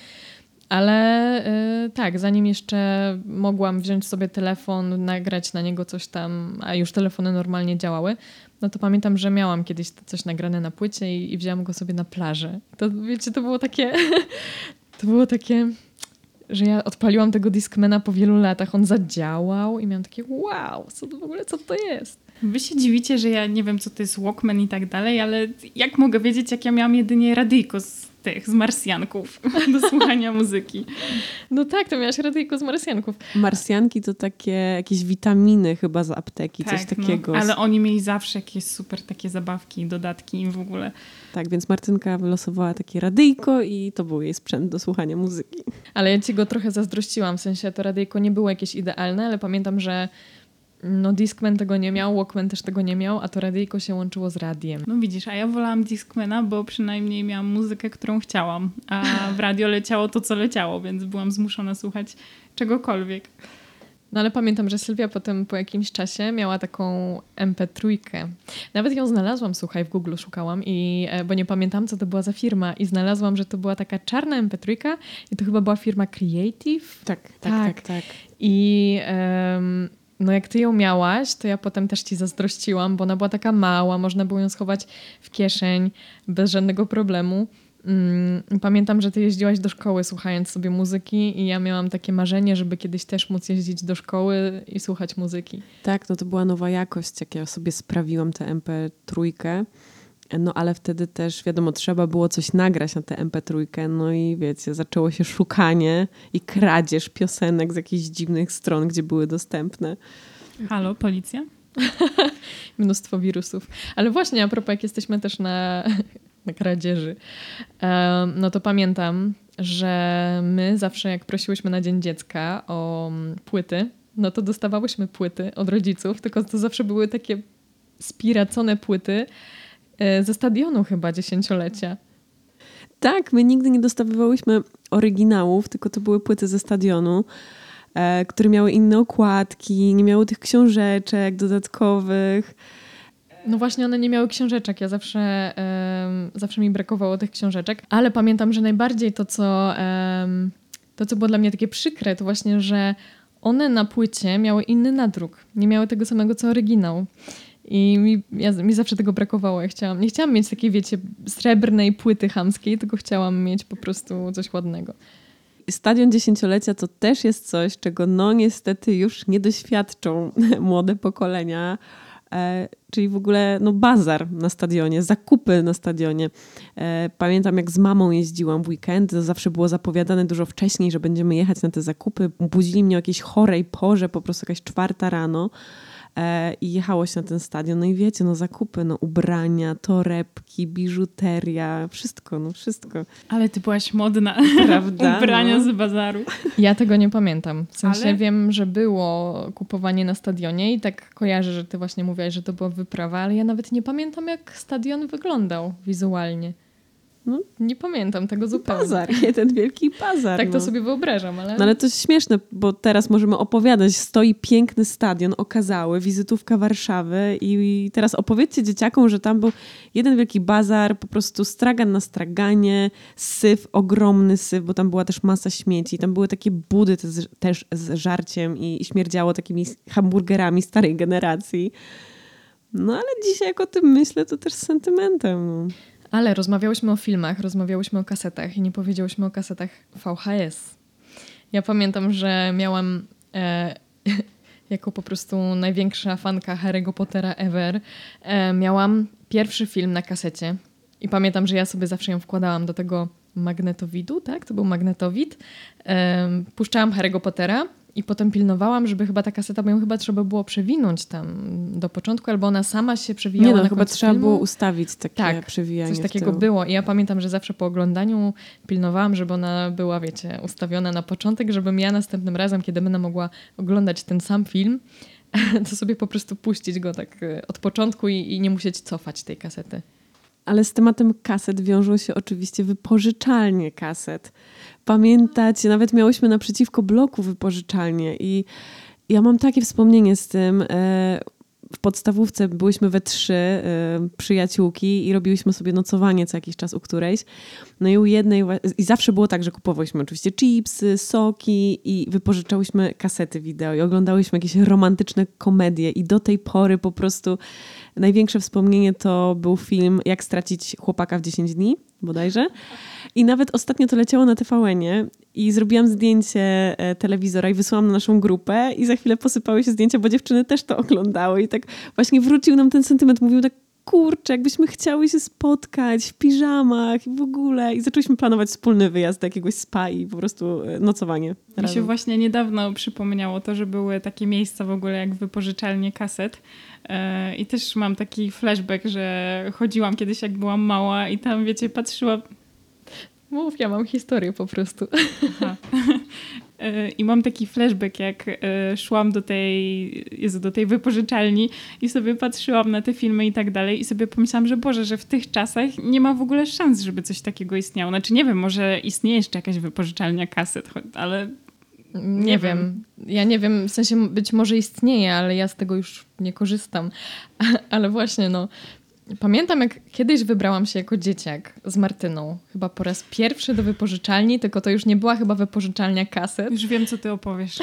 Ale y, tak, zanim jeszcze mogłam wziąć sobie telefon, nagrać na niego coś tam, a już telefony normalnie działały, no to pamiętam, że miałam kiedyś coś nagrane na płycie i, i wzięłam go sobie na plaży. To wiecie, to było takie, to było takie, że ja odpaliłam tego Discmana po wielu latach, on zadziałał i miałam takie wow, co to w ogóle, co to jest? Wy się dziwicie, że ja nie wiem, co to jest Walkman i tak dalej, ale jak mogę wiedzieć, jak ja miałam jedynie radyjko z tych, z Marsjanków do słuchania muzyki. No tak, to miałaś radyjko z Marsjanków. Marsjanki to takie jakieś witaminy chyba z apteki, tak, coś takiego. No, ale oni mieli zawsze jakieś super takie zabawki, dodatki i w ogóle. Tak, więc Martynka wylosowała takie radyjko i to był jej sprzęt do słuchania muzyki. Ale ja ci go trochę zazdrościłam, w sensie to radyjko nie było jakieś idealne, ale pamiętam, że no Discman tego nie miał, Walkman też tego nie miał, a to radyjko się łączyło z radiem. No widzisz, a ja wolałam Discmana, bo przynajmniej miałam muzykę, którą chciałam, a w radio leciało to, co leciało, więc byłam zmuszona słuchać czegokolwiek. No ale pamiętam, że Sylwia potem po jakimś czasie miała taką em pe trzy. Nawet ją znalazłam, słuchaj, w Google szukałam, i, bo nie pamiętam, co to była za firma i znalazłam, że to była taka czarna em pe trzy i to chyba była firma Creative. Tak, tak, tak. tak, tak. I um, no jak ty ją miałaś, to ja potem też ci zazdrościłam, bo ona była taka mała, można było ją schować w kieszeń bez żadnego problemu. Pamiętam, że ty jeździłaś do szkoły słuchając sobie muzyki i ja miałam takie marzenie, żeby kiedyś też móc jeździć do szkoły i słuchać muzyki. Tak, no to była nowa jakość, jak ja sobie sprawiłam tę em pe trzy. No ale wtedy też, wiadomo, trzeba było coś nagrać na tę em pe trzy. No i wiecie, zaczęło się szukanie i kradzież piosenek z jakichś dziwnych stron, gdzie były dostępne. Halo, policja? Mnóstwo wirusów. Ale właśnie a propos, jak jesteśmy też na... na kradzieży. No to pamiętam, że my zawsze jak prosiłyśmy na Dzień Dziecka o płyty, no to dostawałyśmy płyty od rodziców, tylko to zawsze były takie spiracone płyty ze stadionu chyba dziesięciolecia. Tak, my nigdy nie dostawywałyśmy oryginałów, tylko to były płyty ze stadionu, e, które miały inne okładki, nie miały tych książeczek dodatkowych. No właśnie, one nie miały książeczek. Ja zawsze, um, zawsze mi brakowało tych książeczek. Ale pamiętam, że najbardziej to co, um, to, co było dla mnie takie przykre, to właśnie, że one na płycie miały inny nadruk. Nie miały tego samego, co oryginał. I mi, ja, mi zawsze tego brakowało. Ja chciałam, nie chciałam mieć takiej, wiecie, srebrnej płyty chamskiej, tylko chciałam mieć po prostu coś ładnego. Stadion dziesięciolecia to też jest coś, czego no niestety już nie doświadczą młode pokolenia. E, czyli w ogóle no, bazar na stadionie, zakupy na stadionie. E, pamiętam, jak z mamą jeździłam w weekend, to zawsze było zapowiadane dużo wcześniej, że będziemy jechać na te zakupy. Budzili mnie o jakiejś chorej porze, po prostu jakaś czwarta rano e, i jechało się na ten stadion. No i wiecie, no zakupy, no ubrania, torebki, biżuteria, wszystko, no wszystko. Ale ty byłaś modna. Prawda? Ubrania no. z bazaru. Ja tego nie pamiętam. W sensie Ale... wiem, że było kupowanie na stadionie i tak kojarzę, że ty właśnie mówiłaś, że to była wyprawa, ale ja nawet nie pamiętam, jak stadion wyglądał wizualnie. No, nie pamiętam tego zupełnie. Bazar, jeden wielki bazar. Tak to no. sobie wyobrażam, ale... No ale to jest śmieszne, bo teraz możemy opowiadać, stoi piękny stadion, okazały, wizytówka Warszawy i teraz opowiedzcie dzieciakom, że tam był jeden wielki bazar, po prostu stragan na straganie, syf, ogromny syf, bo tam była też masa śmieci, tam były takie budy też z żarciem i śmierdziało takimi hamburgerami starej generacji. No ale dzisiaj jak o tym myślę, to też z sentymentem. No. Ale rozmawiałyśmy o filmach, rozmawiałyśmy o kasetach i nie powiedziałyśmy o kasetach V H S. Ja pamiętam, że miałam e, jako po prostu największa fanka Harry'ego Pottera ever, e, miałam pierwszy film na kasecie i pamiętam, że ja sobie zawsze ją wkładałam do tego magnetowidu, tak? To był magnetowid. Um, puszczałam Harry'ego Pottera i potem pilnowałam, żeby chyba ta kaseta, bo ją chyba trzeba było przewinąć tam do początku, albo ona sama się przewijała Nie no, na chyba trzeba filmu. było ustawić takie tak, przewijanie. Coś takiego było. I ja pamiętam, że zawsze po oglądaniu pilnowałam, żeby ona była, wiecie, ustawiona na początek, żebym ja następnym razem, kiedy będę mogła oglądać ten sam film, to sobie po prostu puścić go tak od początku i, i nie musieć cofać tej kasety. Ale z tematem kaset wiążą się oczywiście wypożyczalnie kaset. Pamiętacie, nawet miałyśmy naprzeciwko bloku wypożyczalnię i ja mam takie wspomnienie z tym. W podstawówce byłyśmy we trzy przyjaciółki i robiłyśmy sobie nocowanie co jakiś czas u którejś. No i u jednej, i zawsze było tak, że kupowałyśmy oczywiście chipsy, soki i wypożyczałyśmy kasety wideo i oglądałyśmy jakieś romantyczne komedie i do tej pory po prostu największe wspomnienie to był film Jak stracić chłopaka w dziesięć dni, bodajże. I nawet ostatnio to leciało na T V N-ie i zrobiłam zdjęcie telewizora i wysłałam na naszą grupę i za chwilę posypały się zdjęcia, bo dziewczyny też to oglądały i tak właśnie wrócił nam ten sentyment. Mówił tak, kurczę, jakbyśmy chciały się spotkać w piżamach i w ogóle. I zaczęliśmy planować wspólny wyjazd do jakiegoś spa i po prostu nocowanie. Mi się właśnie niedawno przypomniało to, że były takie miejsca w ogóle jak wypożyczalnie kaset. I też mam taki flashback, że chodziłam kiedyś jak byłam mała i tam, wiecie, patrzyłam... Mów, ja mam historię po prostu. Aha. I mam taki flashback, jak szłam do tej, Jezu, do tej wypożyczalni i sobie patrzyłam na te filmy i tak dalej i sobie pomyślałam, że Boże, że w tych czasach nie ma w ogóle szans, żeby coś takiego istniało. Znaczy nie wiem, może istnieje jeszcze jakaś wypożyczalnia kaset, ale... Nie, nie wiem. wiem. Ja nie wiem, w sensie być może istnieje, ale ja z tego już nie korzystam. Ale właśnie, no... Pamiętam, jak kiedyś wybrałam się jako dzieciak z Martyną. Chyba po raz pierwszy do wypożyczalni, tylko to już nie była chyba wypożyczalnia kaset. Już wiem, co ty opowiesz.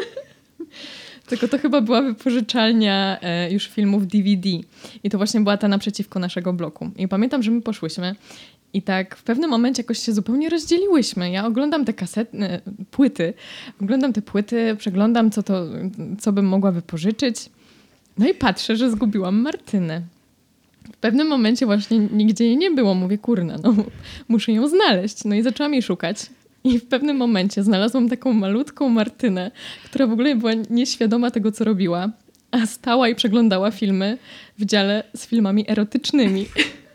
Tylko to chyba była wypożyczalnia e, już filmów D V D. I to właśnie była ta naprzeciwko naszego bloku. I pamiętam, że my poszłyśmy i tak w pewnym momencie jakoś się zupełnie rozdzieliłyśmy. Ja oglądam te kasety, e, płyty, oglądam te płyty, przeglądam, co, to, co bym mogła wypożyczyć. No i patrzę, że zgubiłam Martynę. W pewnym momencie właśnie nigdzie jej nie było. Mówię, kurna, no muszę ją znaleźć. No i zaczęłam jej szukać. I w pewnym momencie znalazłam taką malutką Martynę, która w ogóle była nieświadoma tego, co robiła, a stała i przeglądała filmy w dziale z filmami erotycznymi.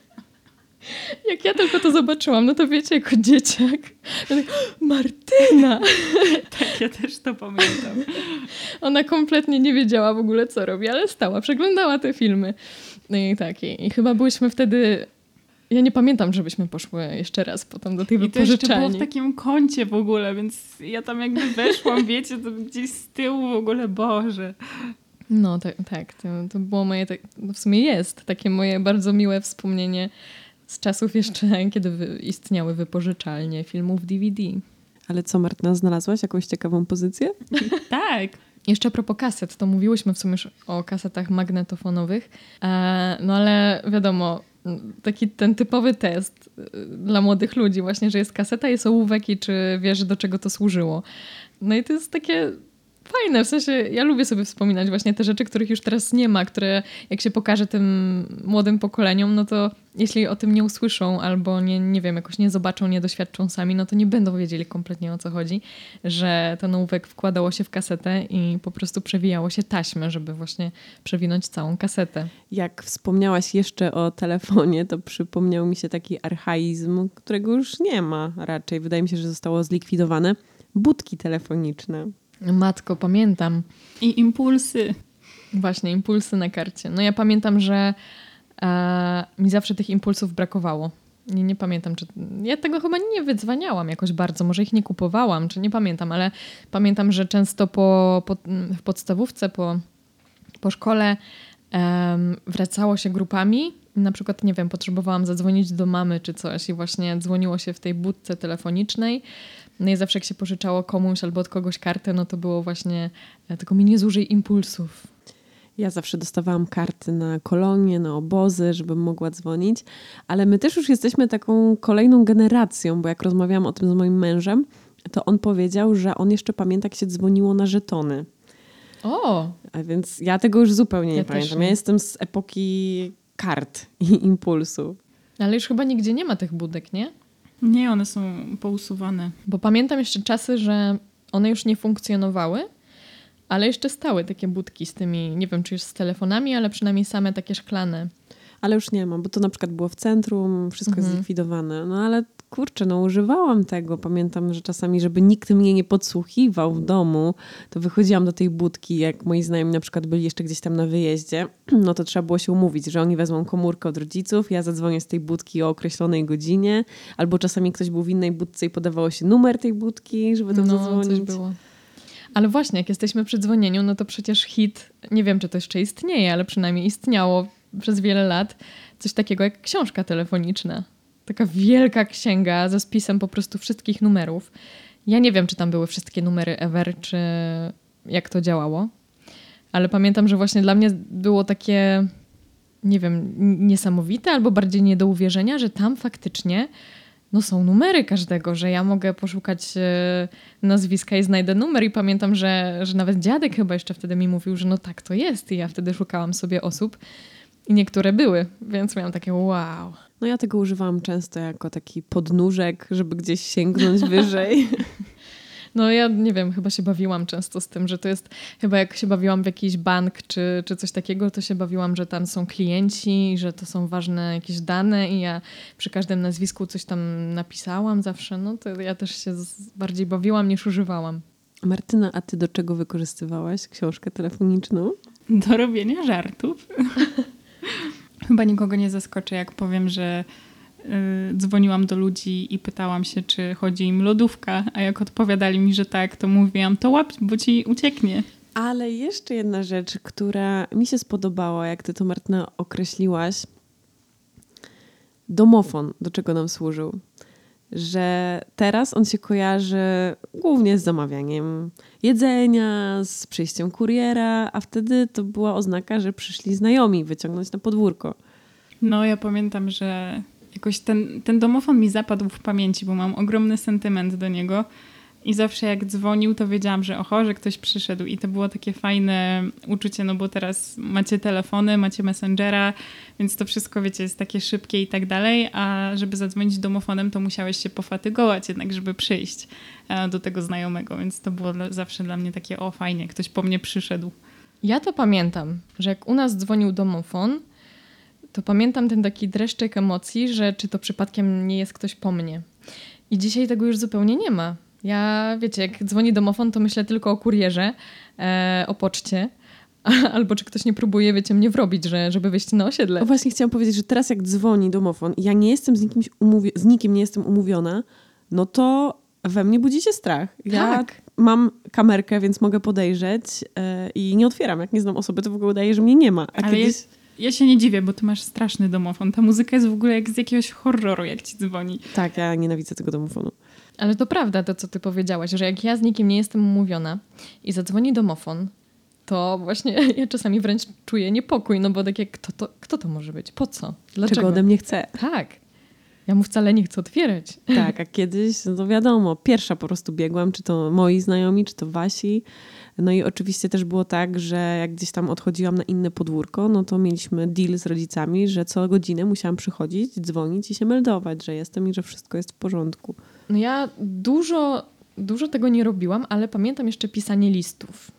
Jak ja tylko to zobaczyłam, no to wiecie, jako dzieciak, ja tak, Martyna! Tak, ja też to pamiętam. Ona kompletnie nie wiedziała w ogóle, co robi, ale stała, przeglądała te filmy. No i tak, i, i chyba byłyśmy wtedy... Ja nie pamiętam, żebyśmy poszły jeszcze raz potem do tej I wypożyczalni. to jeszcze było w takim kącie w ogóle, więc ja tam jakby weszłam, wiecie, to gdzieś z tyłu w ogóle, Boże. No tak, tak to, to było moje, tak, w sumie jest takie moje bardzo miłe wspomnienie z czasów jeszcze, kiedy wy, istniały wypożyczalnie filmów D V D. Ale co, Martyna, znalazłaś jakąś ciekawą pozycję? Tak. Jeszcze a propos kaset, to mówiłyśmy w sumie już o kasetach magnetofonowych, e, no ale wiadomo, taki ten typowy test dla młodych ludzi właśnie, że jest kaseta, jest ołówek i czy wiesz, do czego to służyło. No i to jest takie fajne, w sensie ja lubię sobie wspominać właśnie te rzeczy, których już teraz nie ma, które jak się pokaże tym młodym pokoleniom, no to jeśli o tym nie usłyszą albo nie, nie wiem, jakoś nie zobaczą, nie doświadczą sami, no to nie będą wiedzieli kompletnie o co chodzi, że ten ołówek wkładało się w kasetę i po prostu przewijało się taśmę, żeby właśnie przewinąć całą kasetę. Jak wspomniałaś jeszcze o telefonie, to przypomniał mi się taki archaizm, którego już nie ma raczej. Wydaje mi się, że zostało zlikwidowane. Budki telefoniczne. Matko, pamiętam. I impulsy. Właśnie, impulsy na karcie. No ja pamiętam, że e, mi zawsze tych impulsów brakowało. Nie, nie pamiętam, czy... Ja tego chyba nie wydzwaniałam jakoś bardzo. Może ich nie kupowałam, czy nie pamiętam, ale pamiętam, że często po, po, w podstawówce, po, po szkole um, wracało się grupami. Na przykład, nie wiem, potrzebowałam zadzwonić do mamy czy coś i właśnie dzwoniło się w tej budce telefonicznej. No i zawsze jak się pożyczało komuś albo od kogoś kartę, no to było właśnie tylko mi nie zużyj impulsów. Ja zawsze dostawałam karty na kolonie, na obozy, żebym mogła dzwonić, ale my też już jesteśmy taką kolejną generacją, bo jak rozmawiałam o tym z moim mężem, to on powiedział, że on jeszcze pamięta, jak się dzwoniło na żetony. O! A więc ja tego już zupełnie nie ja pamiętam. Nie. Ja jestem z epoki kart i impulsów. Ale już chyba nigdzie nie ma tych budek, nie? Nie, one są pousuwane. Bo pamiętam jeszcze czasy, że one już nie funkcjonowały, ale jeszcze stały takie budki z tymi, nie wiem czy już z telefonami, ale przynajmniej same takie szklane. Ale już nie ma, bo to na przykład było w centrum, wszystko Mhm. jest zlikwidowane. No ale kurczę, no używałam tego. Pamiętam, że czasami, żeby nikt mnie nie podsłuchiwał w domu, to wychodziłam do tej budki, jak moi znajomi na przykład byli jeszcze gdzieś tam na wyjeździe, no to trzeba było się umówić, że oni wezmą komórkę od rodziców, ja zadzwonię z tej budki o określonej godzinie, albo czasami ktoś był w innej budce i podawało się numer tej budki, żeby tam No, zadzwonić. coś było. Ale właśnie, jak jesteśmy przy dzwonieniu, no to przecież hit, nie wiem, czy to jeszcze istnieje, ale przynajmniej istniało przez wiele lat, coś takiego jak książka telefoniczna. Taka wielka księga ze spisem po prostu wszystkich numerów. Ja nie wiem, czy tam były wszystkie numery ever, czy jak to działało. Ale pamiętam, że właśnie dla mnie było takie, nie wiem, niesamowite albo bardziej nie do uwierzenia, że tam faktycznie no są numery każdego, że ja mogę poszukać e, nazwiska i znajdę numer i pamiętam, że, że nawet dziadek chyba jeszcze wtedy mi mówił, że no tak to jest i ja wtedy szukałam sobie osób i niektóre były, więc miałam takie wow. No ja tego używałam często jako taki podnóżek, żeby gdzieś sięgnąć wyżej. No ja nie wiem, chyba się bawiłam często z tym, że to jest, chyba jak się bawiłam w jakiś bank czy, czy coś takiego, to się bawiłam, że tam są klienci, że to są ważne jakieś dane i ja przy każdym nazwisku coś tam napisałam zawsze, no to ja też się z, bardziej bawiłam niż używałam. Martyna, a ty do czego wykorzystywałaś książkę telefoniczną? Do robienia żartów. Chyba nikogo nie zaskoczę, jak powiem, że y, dzwoniłam do ludzi i pytałam się, czy chodzi im lodówka, a jak odpowiadali mi, że tak, to mówiłam, to łap, bo ci ucieknie. Ale jeszcze jedna rzecz, która mi się spodobała, jak ty to, Martyna, określiłaś. Domofon, do czego nam służył. Że teraz on się kojarzy głównie z zamawianiem jedzenia, z przyjściem kuriera, a wtedy to była oznaka, że przyszli znajomi wyciągnąć na podwórko. No ja pamiętam, że jakoś ten, ten domofon mi zapadł w pamięci, bo mam ogromny sentyment do niego i zawsze jak dzwonił, to wiedziałam, że oho, że ktoś przyszedł i to było takie fajne uczucie, no bo teraz macie telefony, macie Messengera, więc to wszystko, wiecie, jest takie szybkie i tak dalej, a żeby zadzwonić domofonem, to musiałeś się pofatygować jednak, żeby przyjść do tego znajomego, więc to było zawsze dla mnie takie, o fajnie, ktoś po mnie przyszedł. Ja to pamiętam, że jak u nas dzwonił domofon, to pamiętam ten taki dreszczyk emocji, że czy to przypadkiem nie jest ktoś po mnie. I dzisiaj tego już zupełnie nie ma. Ja, wiecie, jak dzwoni domofon, to myślę tylko o kurierze, e, o poczcie, albo czy ktoś nie próbuje, wiecie, mnie wrobić, że, żeby wyjść na osiedle. O, właśnie chciałam powiedzieć, że teraz jak dzwoni domofon i ja nie jestem z nikim, umówi- z nikim nie jestem umówiona, no to we mnie budzi się strach. Ja Tak. mam kamerkę, więc mogę podejrzeć e, i nie otwieram. Jak nie znam osoby, to w ogóle udaje, że mnie nie ma. A Ale kiedyś... jest, ja się nie dziwię, bo ty masz straszny domofon. Ta muzyka jest w ogóle jak z jakiegoś horroru, jak ci dzwoni. Tak, ja nienawidzę tego domofonu. Ale to prawda, to co ty powiedziałaś, że jak ja z nikim nie jestem umówiona i zadzwoni domofon, to właśnie ja czasami wręcz czuję niepokój, no bo takie, kto to, kto to może być? Po co? Dlaczego? Czego ode mnie chce. Tak. Ja mu wcale nie chcę otwierać. Tak, a kiedyś, no to wiadomo, pierwsza po prostu biegłam, czy to moi znajomi, czy to wasi. No i oczywiście też było tak, że jak gdzieś tam odchodziłam na inne podwórko, no to mieliśmy deal z rodzicami, że co godzinę musiałam przychodzić, dzwonić i się meldować, że jestem i że wszystko jest w porządku. No ja dużo, dużo tego nie robiłam, ale pamiętam jeszcze pisanie listów.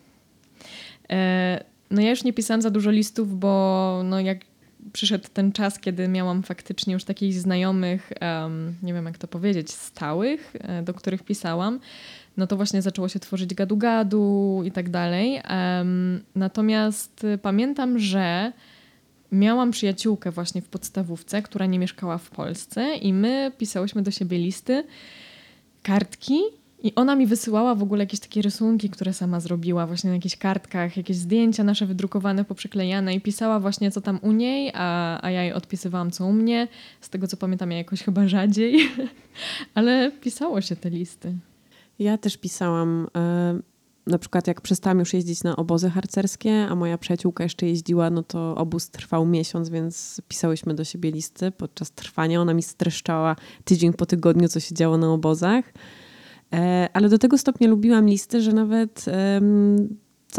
E, no ja już nie pisałam za dużo listów, bo no jak przyszedł ten czas, kiedy miałam faktycznie już takich znajomych, um, nie wiem jak to powiedzieć, stałych, do których pisałam, no to właśnie zaczęło się tworzyć gadu-gadu i tak dalej. Um, natomiast pamiętam, że miałam przyjaciółkę właśnie w podstawówce, która nie mieszkała w Polsce i my pisałyśmy do siebie listy, kartki i ona mi wysyłała w ogóle jakieś takie rysunki, które sama zrobiła właśnie na jakichś kartkach, jakieś zdjęcia nasze wydrukowane, poprzyklejane i pisała właśnie co tam u niej, a, a ja jej odpisywałam co u mnie. Z tego co pamiętam ja jakoś chyba rzadziej, ale pisało się te listy. Ja też pisałam, na przykład jak przestałam już jeździć na obozy harcerskie, a moja przyjaciółka jeszcze jeździła, no to obóz trwał miesiąc, więc pisałyśmy do siebie listy podczas trwania. Ona mi streszczała tydzień po tygodniu, co się działo na obozach. Ale do tego stopnia lubiłam listy, że nawet całkiem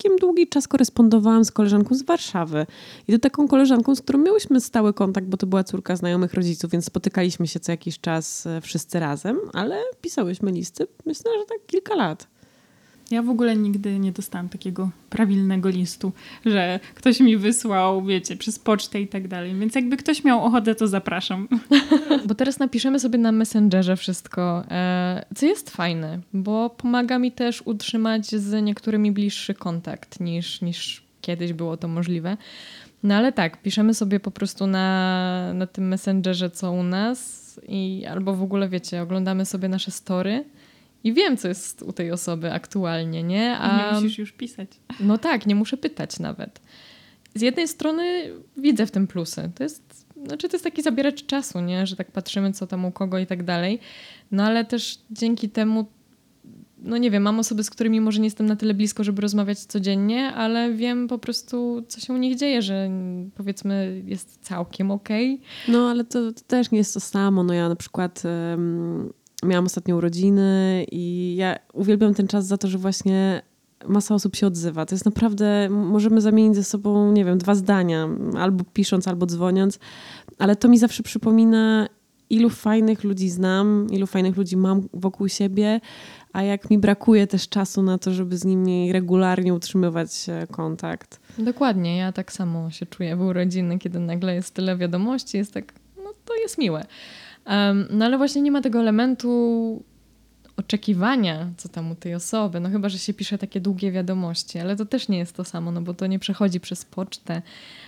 całkiem długi czas korespondowałam z koleżanką z Warszawy. I to taką koleżanką, z którą miałyśmy stały kontakt, bo to była córka znajomych rodziców, więc spotykaliśmy się co jakiś czas wszyscy razem, ale pisałyśmy listy, myślę, że tak kilka lat. Ja w ogóle nigdy nie dostałam takiego prawilnego listu, że ktoś mi wysłał, wiecie, przez pocztę i tak dalej. Więc jakby ktoś miał ochotę, to zapraszam. Bo teraz napiszemy sobie na Messengerze wszystko, co jest fajne, bo pomaga mi też utrzymać z niektórymi bliższy kontakt niż, niż kiedyś było to możliwe. No ale tak, piszemy sobie po prostu na, na tym Messengerze, co u nas i albo w ogóle, wiecie, oglądamy sobie nasze story. I wiem, co jest u tej osoby aktualnie, nie? A... Nie musisz już pisać. No tak, nie muszę pytać nawet. Z jednej strony widzę w tym plusy. To jest, znaczy to jest taki zabieracz czasu, nie? Że tak patrzymy, co tam u kogo i tak dalej. No ale też dzięki temu, no nie wiem, mam osoby, z którymi może nie jestem na tyle blisko, żeby rozmawiać codziennie, ale wiem po prostu, co się u nich dzieje, że powiedzmy jest całkiem okej. No ale to, to też nie jest to samo. No ja na przykład... Um... Miałam ostatnio urodziny i ja uwielbiam ten czas za to, że właśnie masa osób się odzywa. To jest naprawdę, możemy zamienić ze sobą, nie wiem, dwa zdania, albo pisząc, albo dzwoniąc, ale to mi zawsze przypomina, ilu fajnych ludzi znam, ilu fajnych ludzi mam wokół siebie, a jak mi brakuje też czasu na to, żeby z nimi regularnie utrzymywać kontakt. Dokładnie, ja tak samo się czuję w urodziny, kiedy nagle jest tyle wiadomości, jest tak, no to jest miłe. Um, no ale właśnie nie ma tego elementu oczekiwania, co tam u tej osoby. No chyba, że się pisze takie długie wiadomości, ale to też nie jest to samo, no bo to nie przechodzi przez pocztę.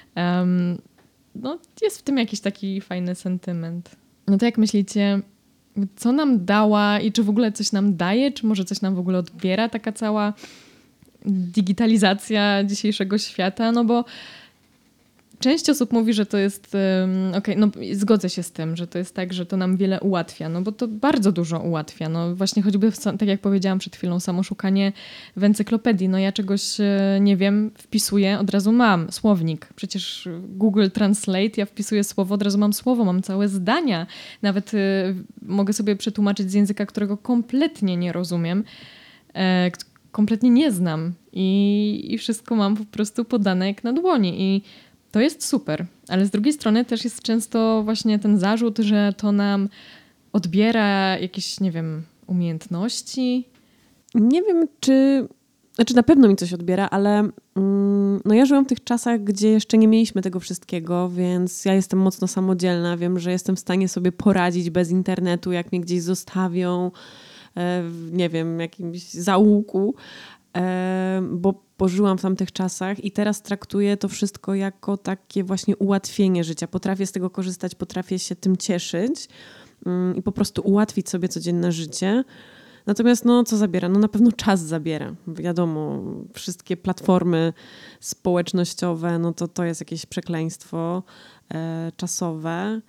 Um, no jest w tym jakiś taki fajny sentyment. No to jak myślicie, co nam dała i czy w ogóle coś nam daje, czy może coś nam w ogóle odbiera taka cała digitalizacja dzisiejszego świata? No bo część osób mówi, że to jest, um, okej, no zgodzę się z tym, że to jest tak, że to nam wiele ułatwia, no bo to bardzo dużo ułatwia. No właśnie choćby, w, tak jak powiedziałam przed chwilą, samo szukanie w encyklopedii. No ja czegoś nie wiem, wpisuję, od razu mam słownik. Przecież Google Translate, ja wpisuję słowo, od razu mam słowo, mam całe zdania. Nawet y, mogę sobie przetłumaczyć z języka, którego kompletnie nie rozumiem, e, kompletnie nie znam i, i wszystko mam po prostu podane jak na dłoni i to jest super, ale z drugiej strony też jest często właśnie ten zarzut, że to nam odbiera jakieś, nie wiem, umiejętności. Nie wiem, czy... Znaczy na pewno mi coś odbiera, ale mm, no ja żyłam w tych czasach, gdzie jeszcze nie mieliśmy tego wszystkiego, więc ja jestem mocno samodzielna. Wiem, że jestem w stanie sobie poradzić bez internetu, jak mnie gdzieś zostawią, e, w, nie wiem, jakimś zaułku, e, bo pożyłam w tamtych czasach i teraz traktuję to wszystko jako takie właśnie ułatwienie życia. Potrafię z tego korzystać, potrafię się tym cieszyć mm, i po prostu ułatwić sobie codzienne życie. Natomiast no, co zabiera? No na pewno czas zabiera. Wiadomo, wszystkie platformy społecznościowe, no to to jest jakieś przekleństwo e, czasowe.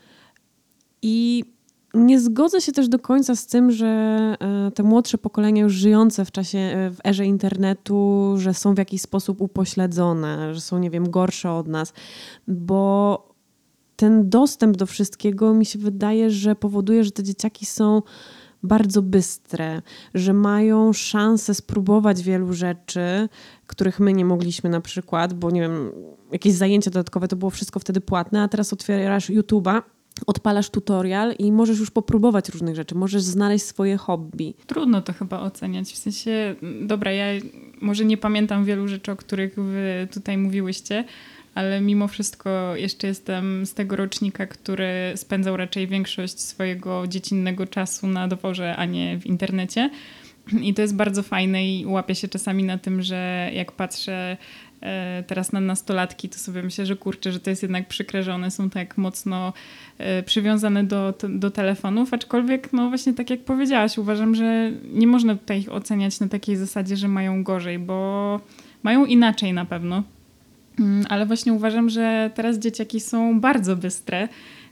I nie zgodzę się też do końca z tym, że e, te młodsze pokolenia już żyjące w czasie, e, w erze internetu, że są w jakiś sposób upośledzone, że są, nie wiem, gorsze od nas, bo ten dostęp do wszystkiego mi się wydaje, że powoduje, że te dzieciaki są bardzo bystre, że mają szansę spróbować wielu rzeczy, których my nie mogliśmy na przykład, bo nie wiem, jakieś zajęcia dodatkowe, to było wszystko wtedy płatne, a teraz otwierasz YouTube'a, odpalasz tutorial i możesz już popróbować różnych rzeczy, możesz znaleźć swoje hobby. Trudno to chyba oceniać, w sensie, dobra, ja może nie pamiętam wielu rzeczy, o których wy tutaj mówiłyście, ale mimo wszystko jeszcze jestem z tego rocznika, który spędzał raczej większość swojego dziecinnego czasu na dworze, a nie w internecie. I to jest bardzo fajne i łapię się czasami na tym, że jak patrzę e, teraz na nastolatki, to sobie myślę, że kurczę, że to jest jednak przykre, że one są tak mocno e, przywiązane do, do telefonów, aczkolwiek no właśnie tak jak powiedziałaś, uważam, że nie można tutaj ich oceniać na takiej zasadzie, że mają gorzej, bo mają inaczej na pewno. Ale właśnie uważam, że teraz dzieciaki są bardzo bystre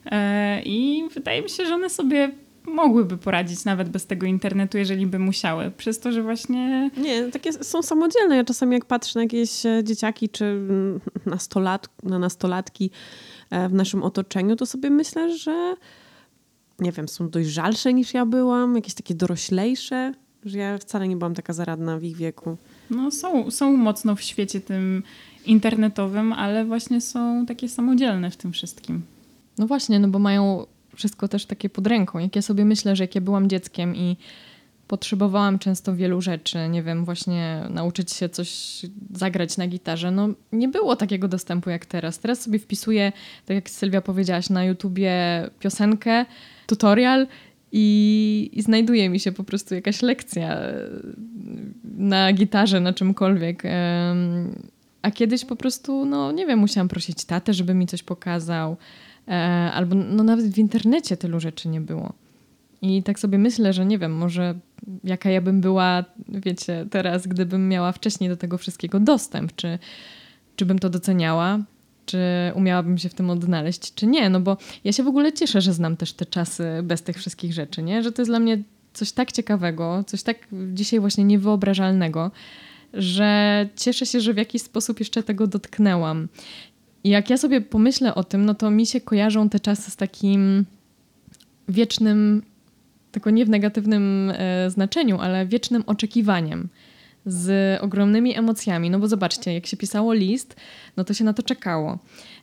i wydaje mi się, że one sobie mogłyby poradzić nawet bez tego internetu, jeżeli by musiały. Przez to, że właśnie... Nie, takie są samodzielne. Ja czasami jak patrzę na jakieś dzieciaki czy nastolat, na nastolatki w naszym otoczeniu, to sobie myślę, że nie wiem, są dojrzalsze niż ja byłam, jakieś takie doroślejsze, że ja wcale nie byłam taka zaradna w ich wieku. No są, są mocno w świecie tym internetowym, ale właśnie są takie samodzielne w tym wszystkim. No właśnie, no bo mają wszystko też takie pod ręką. Jak ja sobie myślę, że jak ja byłam dzieckiem i potrzebowałam często wielu rzeczy, nie wiem, właśnie nauczyć się coś zagrać na gitarze, no nie było takiego dostępu jak teraz. Teraz sobie wpisuję, tak jak Sylwia powiedziałaś, na YouTubie piosenkę, tutorial i, i znajduje mi się po prostu jakaś lekcja na gitarze, na czymkolwiek. A kiedyś po prostu, no nie wiem, musiałam prosić tatę, żeby mi coś pokazał, albo no nawet w internecie tylu rzeczy nie było. I tak sobie myślę, że nie wiem, może jaka ja bym była, wiecie, teraz, gdybym miała wcześniej do tego wszystkiego dostęp, czy, czy bym to doceniała, czy umiałabym się w tym odnaleźć, czy nie, no bo ja się w ogóle cieszę, że znam też te czasy bez tych wszystkich rzeczy, nie? Że to jest dla mnie coś tak ciekawego, coś tak dzisiaj właśnie niewyobrażalnego, że cieszę się, że w jakiś sposób jeszcze tego dotknęłam. I jak ja sobie pomyślę o tym, no to mi się kojarzą te czasy z takim wiecznym, tylko nie w negatywnym e, znaczeniu, ale wiecznym oczekiwaniem, z ogromnymi emocjami. No bo zobaczcie, jak się pisało list, no to się na to czekało.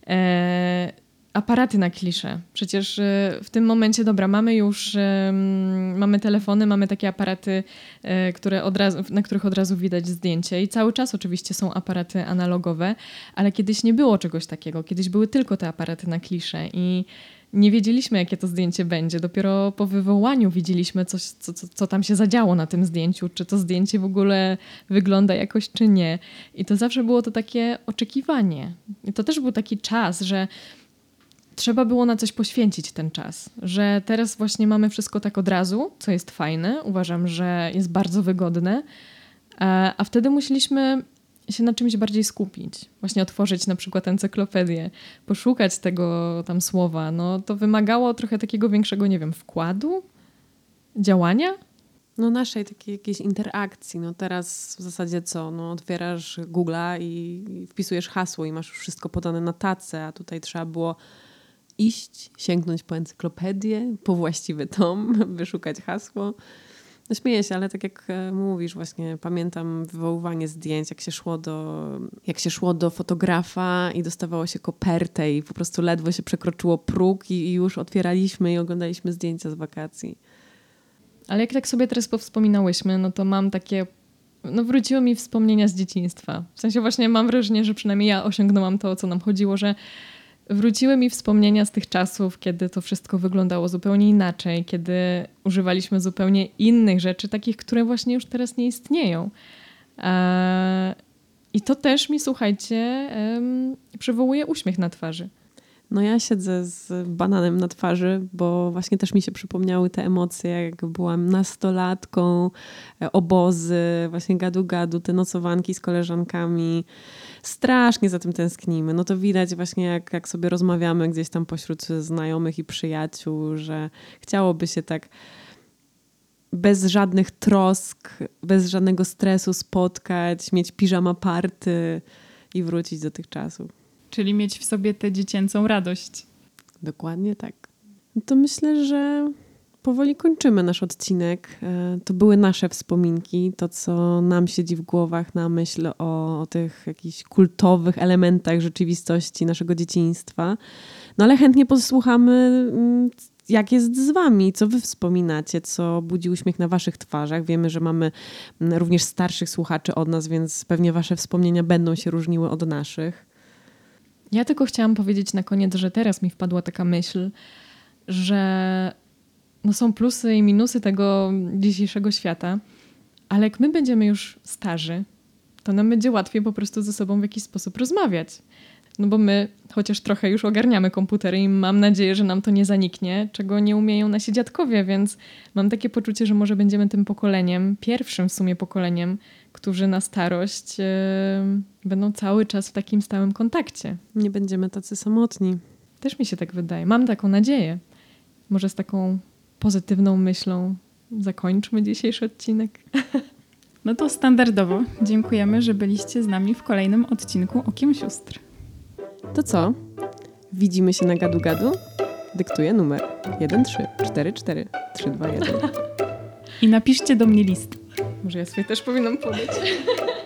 E, aparaty na klisze. Przecież e, w tym momencie, dobra, mamy już e, mamy telefony, mamy takie aparaty, e, które od razu, na których od razu widać zdjęcie i cały czas oczywiście są aparaty analogowe, ale kiedyś nie było czegoś takiego. Kiedyś były tylko te aparaty na klisze i nie wiedzieliśmy, jakie to zdjęcie będzie. Dopiero po wywołaniu widzieliśmy coś, co, co, co tam się zadziało na tym zdjęciu, czy to zdjęcie w ogóle wygląda jakoś, czy nie. I to zawsze było to takie oczekiwanie. I to też był taki czas, że trzeba było na coś poświęcić ten czas. Że teraz właśnie mamy wszystko tak od razu, co jest fajne. Uważam, że jest bardzo wygodne. A, a wtedy musieliśmy się na czymś bardziej skupić. Właśnie otworzyć na przykład encyklopedię, poszukać tego tam słowa. No to wymagało trochę takiego większego, nie wiem, wkładu, działania. No naszej takiej jakiejś interakcji. No teraz w zasadzie co? No otwierasz Google'a i wpisujesz hasło i masz już wszystko podane na tacę, a tutaj trzeba było iść, sięgnąć po encyklopedię, po właściwy tom, wyszukać hasło. No śmieję się, ale tak jak mówisz, właśnie pamiętam wywoływanie zdjęć, jak się szło do, jak się szło do fotografa i dostawało się kopertę i po prostu ledwo się przekroczyło próg i, i już otwieraliśmy i oglądaliśmy zdjęcia z wakacji. Ale jak tak sobie teraz powspominałyśmy, no to mam takie, no wróciły mi wspomnienia z dzieciństwa. W sensie właśnie mam wrażenie, że przynajmniej ja osiągnęłam to, o co nam chodziło, że wróciły mi wspomnienia z tych czasów, kiedy to wszystko wyglądało zupełnie inaczej, kiedy używaliśmy zupełnie innych rzeczy, takich, które właśnie już teraz nie istnieją. I to też mi, słuchajcie, przywołuje uśmiech na twarzy. No ja siedzę z bananem na twarzy, bo właśnie też mi się przypomniały te emocje, jak byłam nastolatką, obozy, właśnie gadu-gadu, te nocowanki z koleżankami. Strasznie za tym tęsknimy. No to widać właśnie, jak, jak sobie rozmawiamy gdzieś tam pośród znajomych i przyjaciół, że chciałoby się tak bez żadnych trosk, bez żadnego stresu spotkać, mieć piżama party i wrócić do tych czasów. Czyli mieć w sobie tę dziecięcą radość. Dokładnie tak. No to myślę, że powoli kończymy nasz odcinek. To były nasze wspominki, to co nam siedzi w głowach na myśl o, o tych jakichś kultowych elementach rzeczywistości naszego dzieciństwa. No ale chętnie posłuchamy, jak jest z wami, co wy wspominacie, co budzi uśmiech na waszych twarzach. Wiemy, że mamy również starszych słuchaczy od nas, więc pewnie wasze wspomnienia będą się różniły od naszych. Ja tylko chciałam powiedzieć na koniec, że teraz mi wpadła taka myśl, że no są plusy i minusy tego dzisiejszego świata, ale jak my będziemy już starzy, to nam będzie łatwiej po prostu ze sobą w jakiś sposób rozmawiać. No bo my chociaż trochę już ogarniamy komputery i mam nadzieję, że nam to nie zaniknie, czego nie umieją nasi dziadkowie, więc mam takie poczucie, że może będziemy tym pokoleniem, pierwszym w sumie pokoleniem, którzy na starość yy, będą cały czas w takim stałym kontakcie. Nie będziemy tacy samotni. Też mi się tak wydaje. Mam taką nadzieję. Może z taką pozytywną myślą zakończmy dzisiejszy odcinek. No to standardowo dziękujemy, że byliście z nami w kolejnym odcinku Okiem Sióstr. To co? Widzimy się na Gadu Gadu? Dyktuję numer jeden trzy cztery cztery trzy dwa jeden. I napiszcie do mnie list. Może ja sobie też powinnam podać.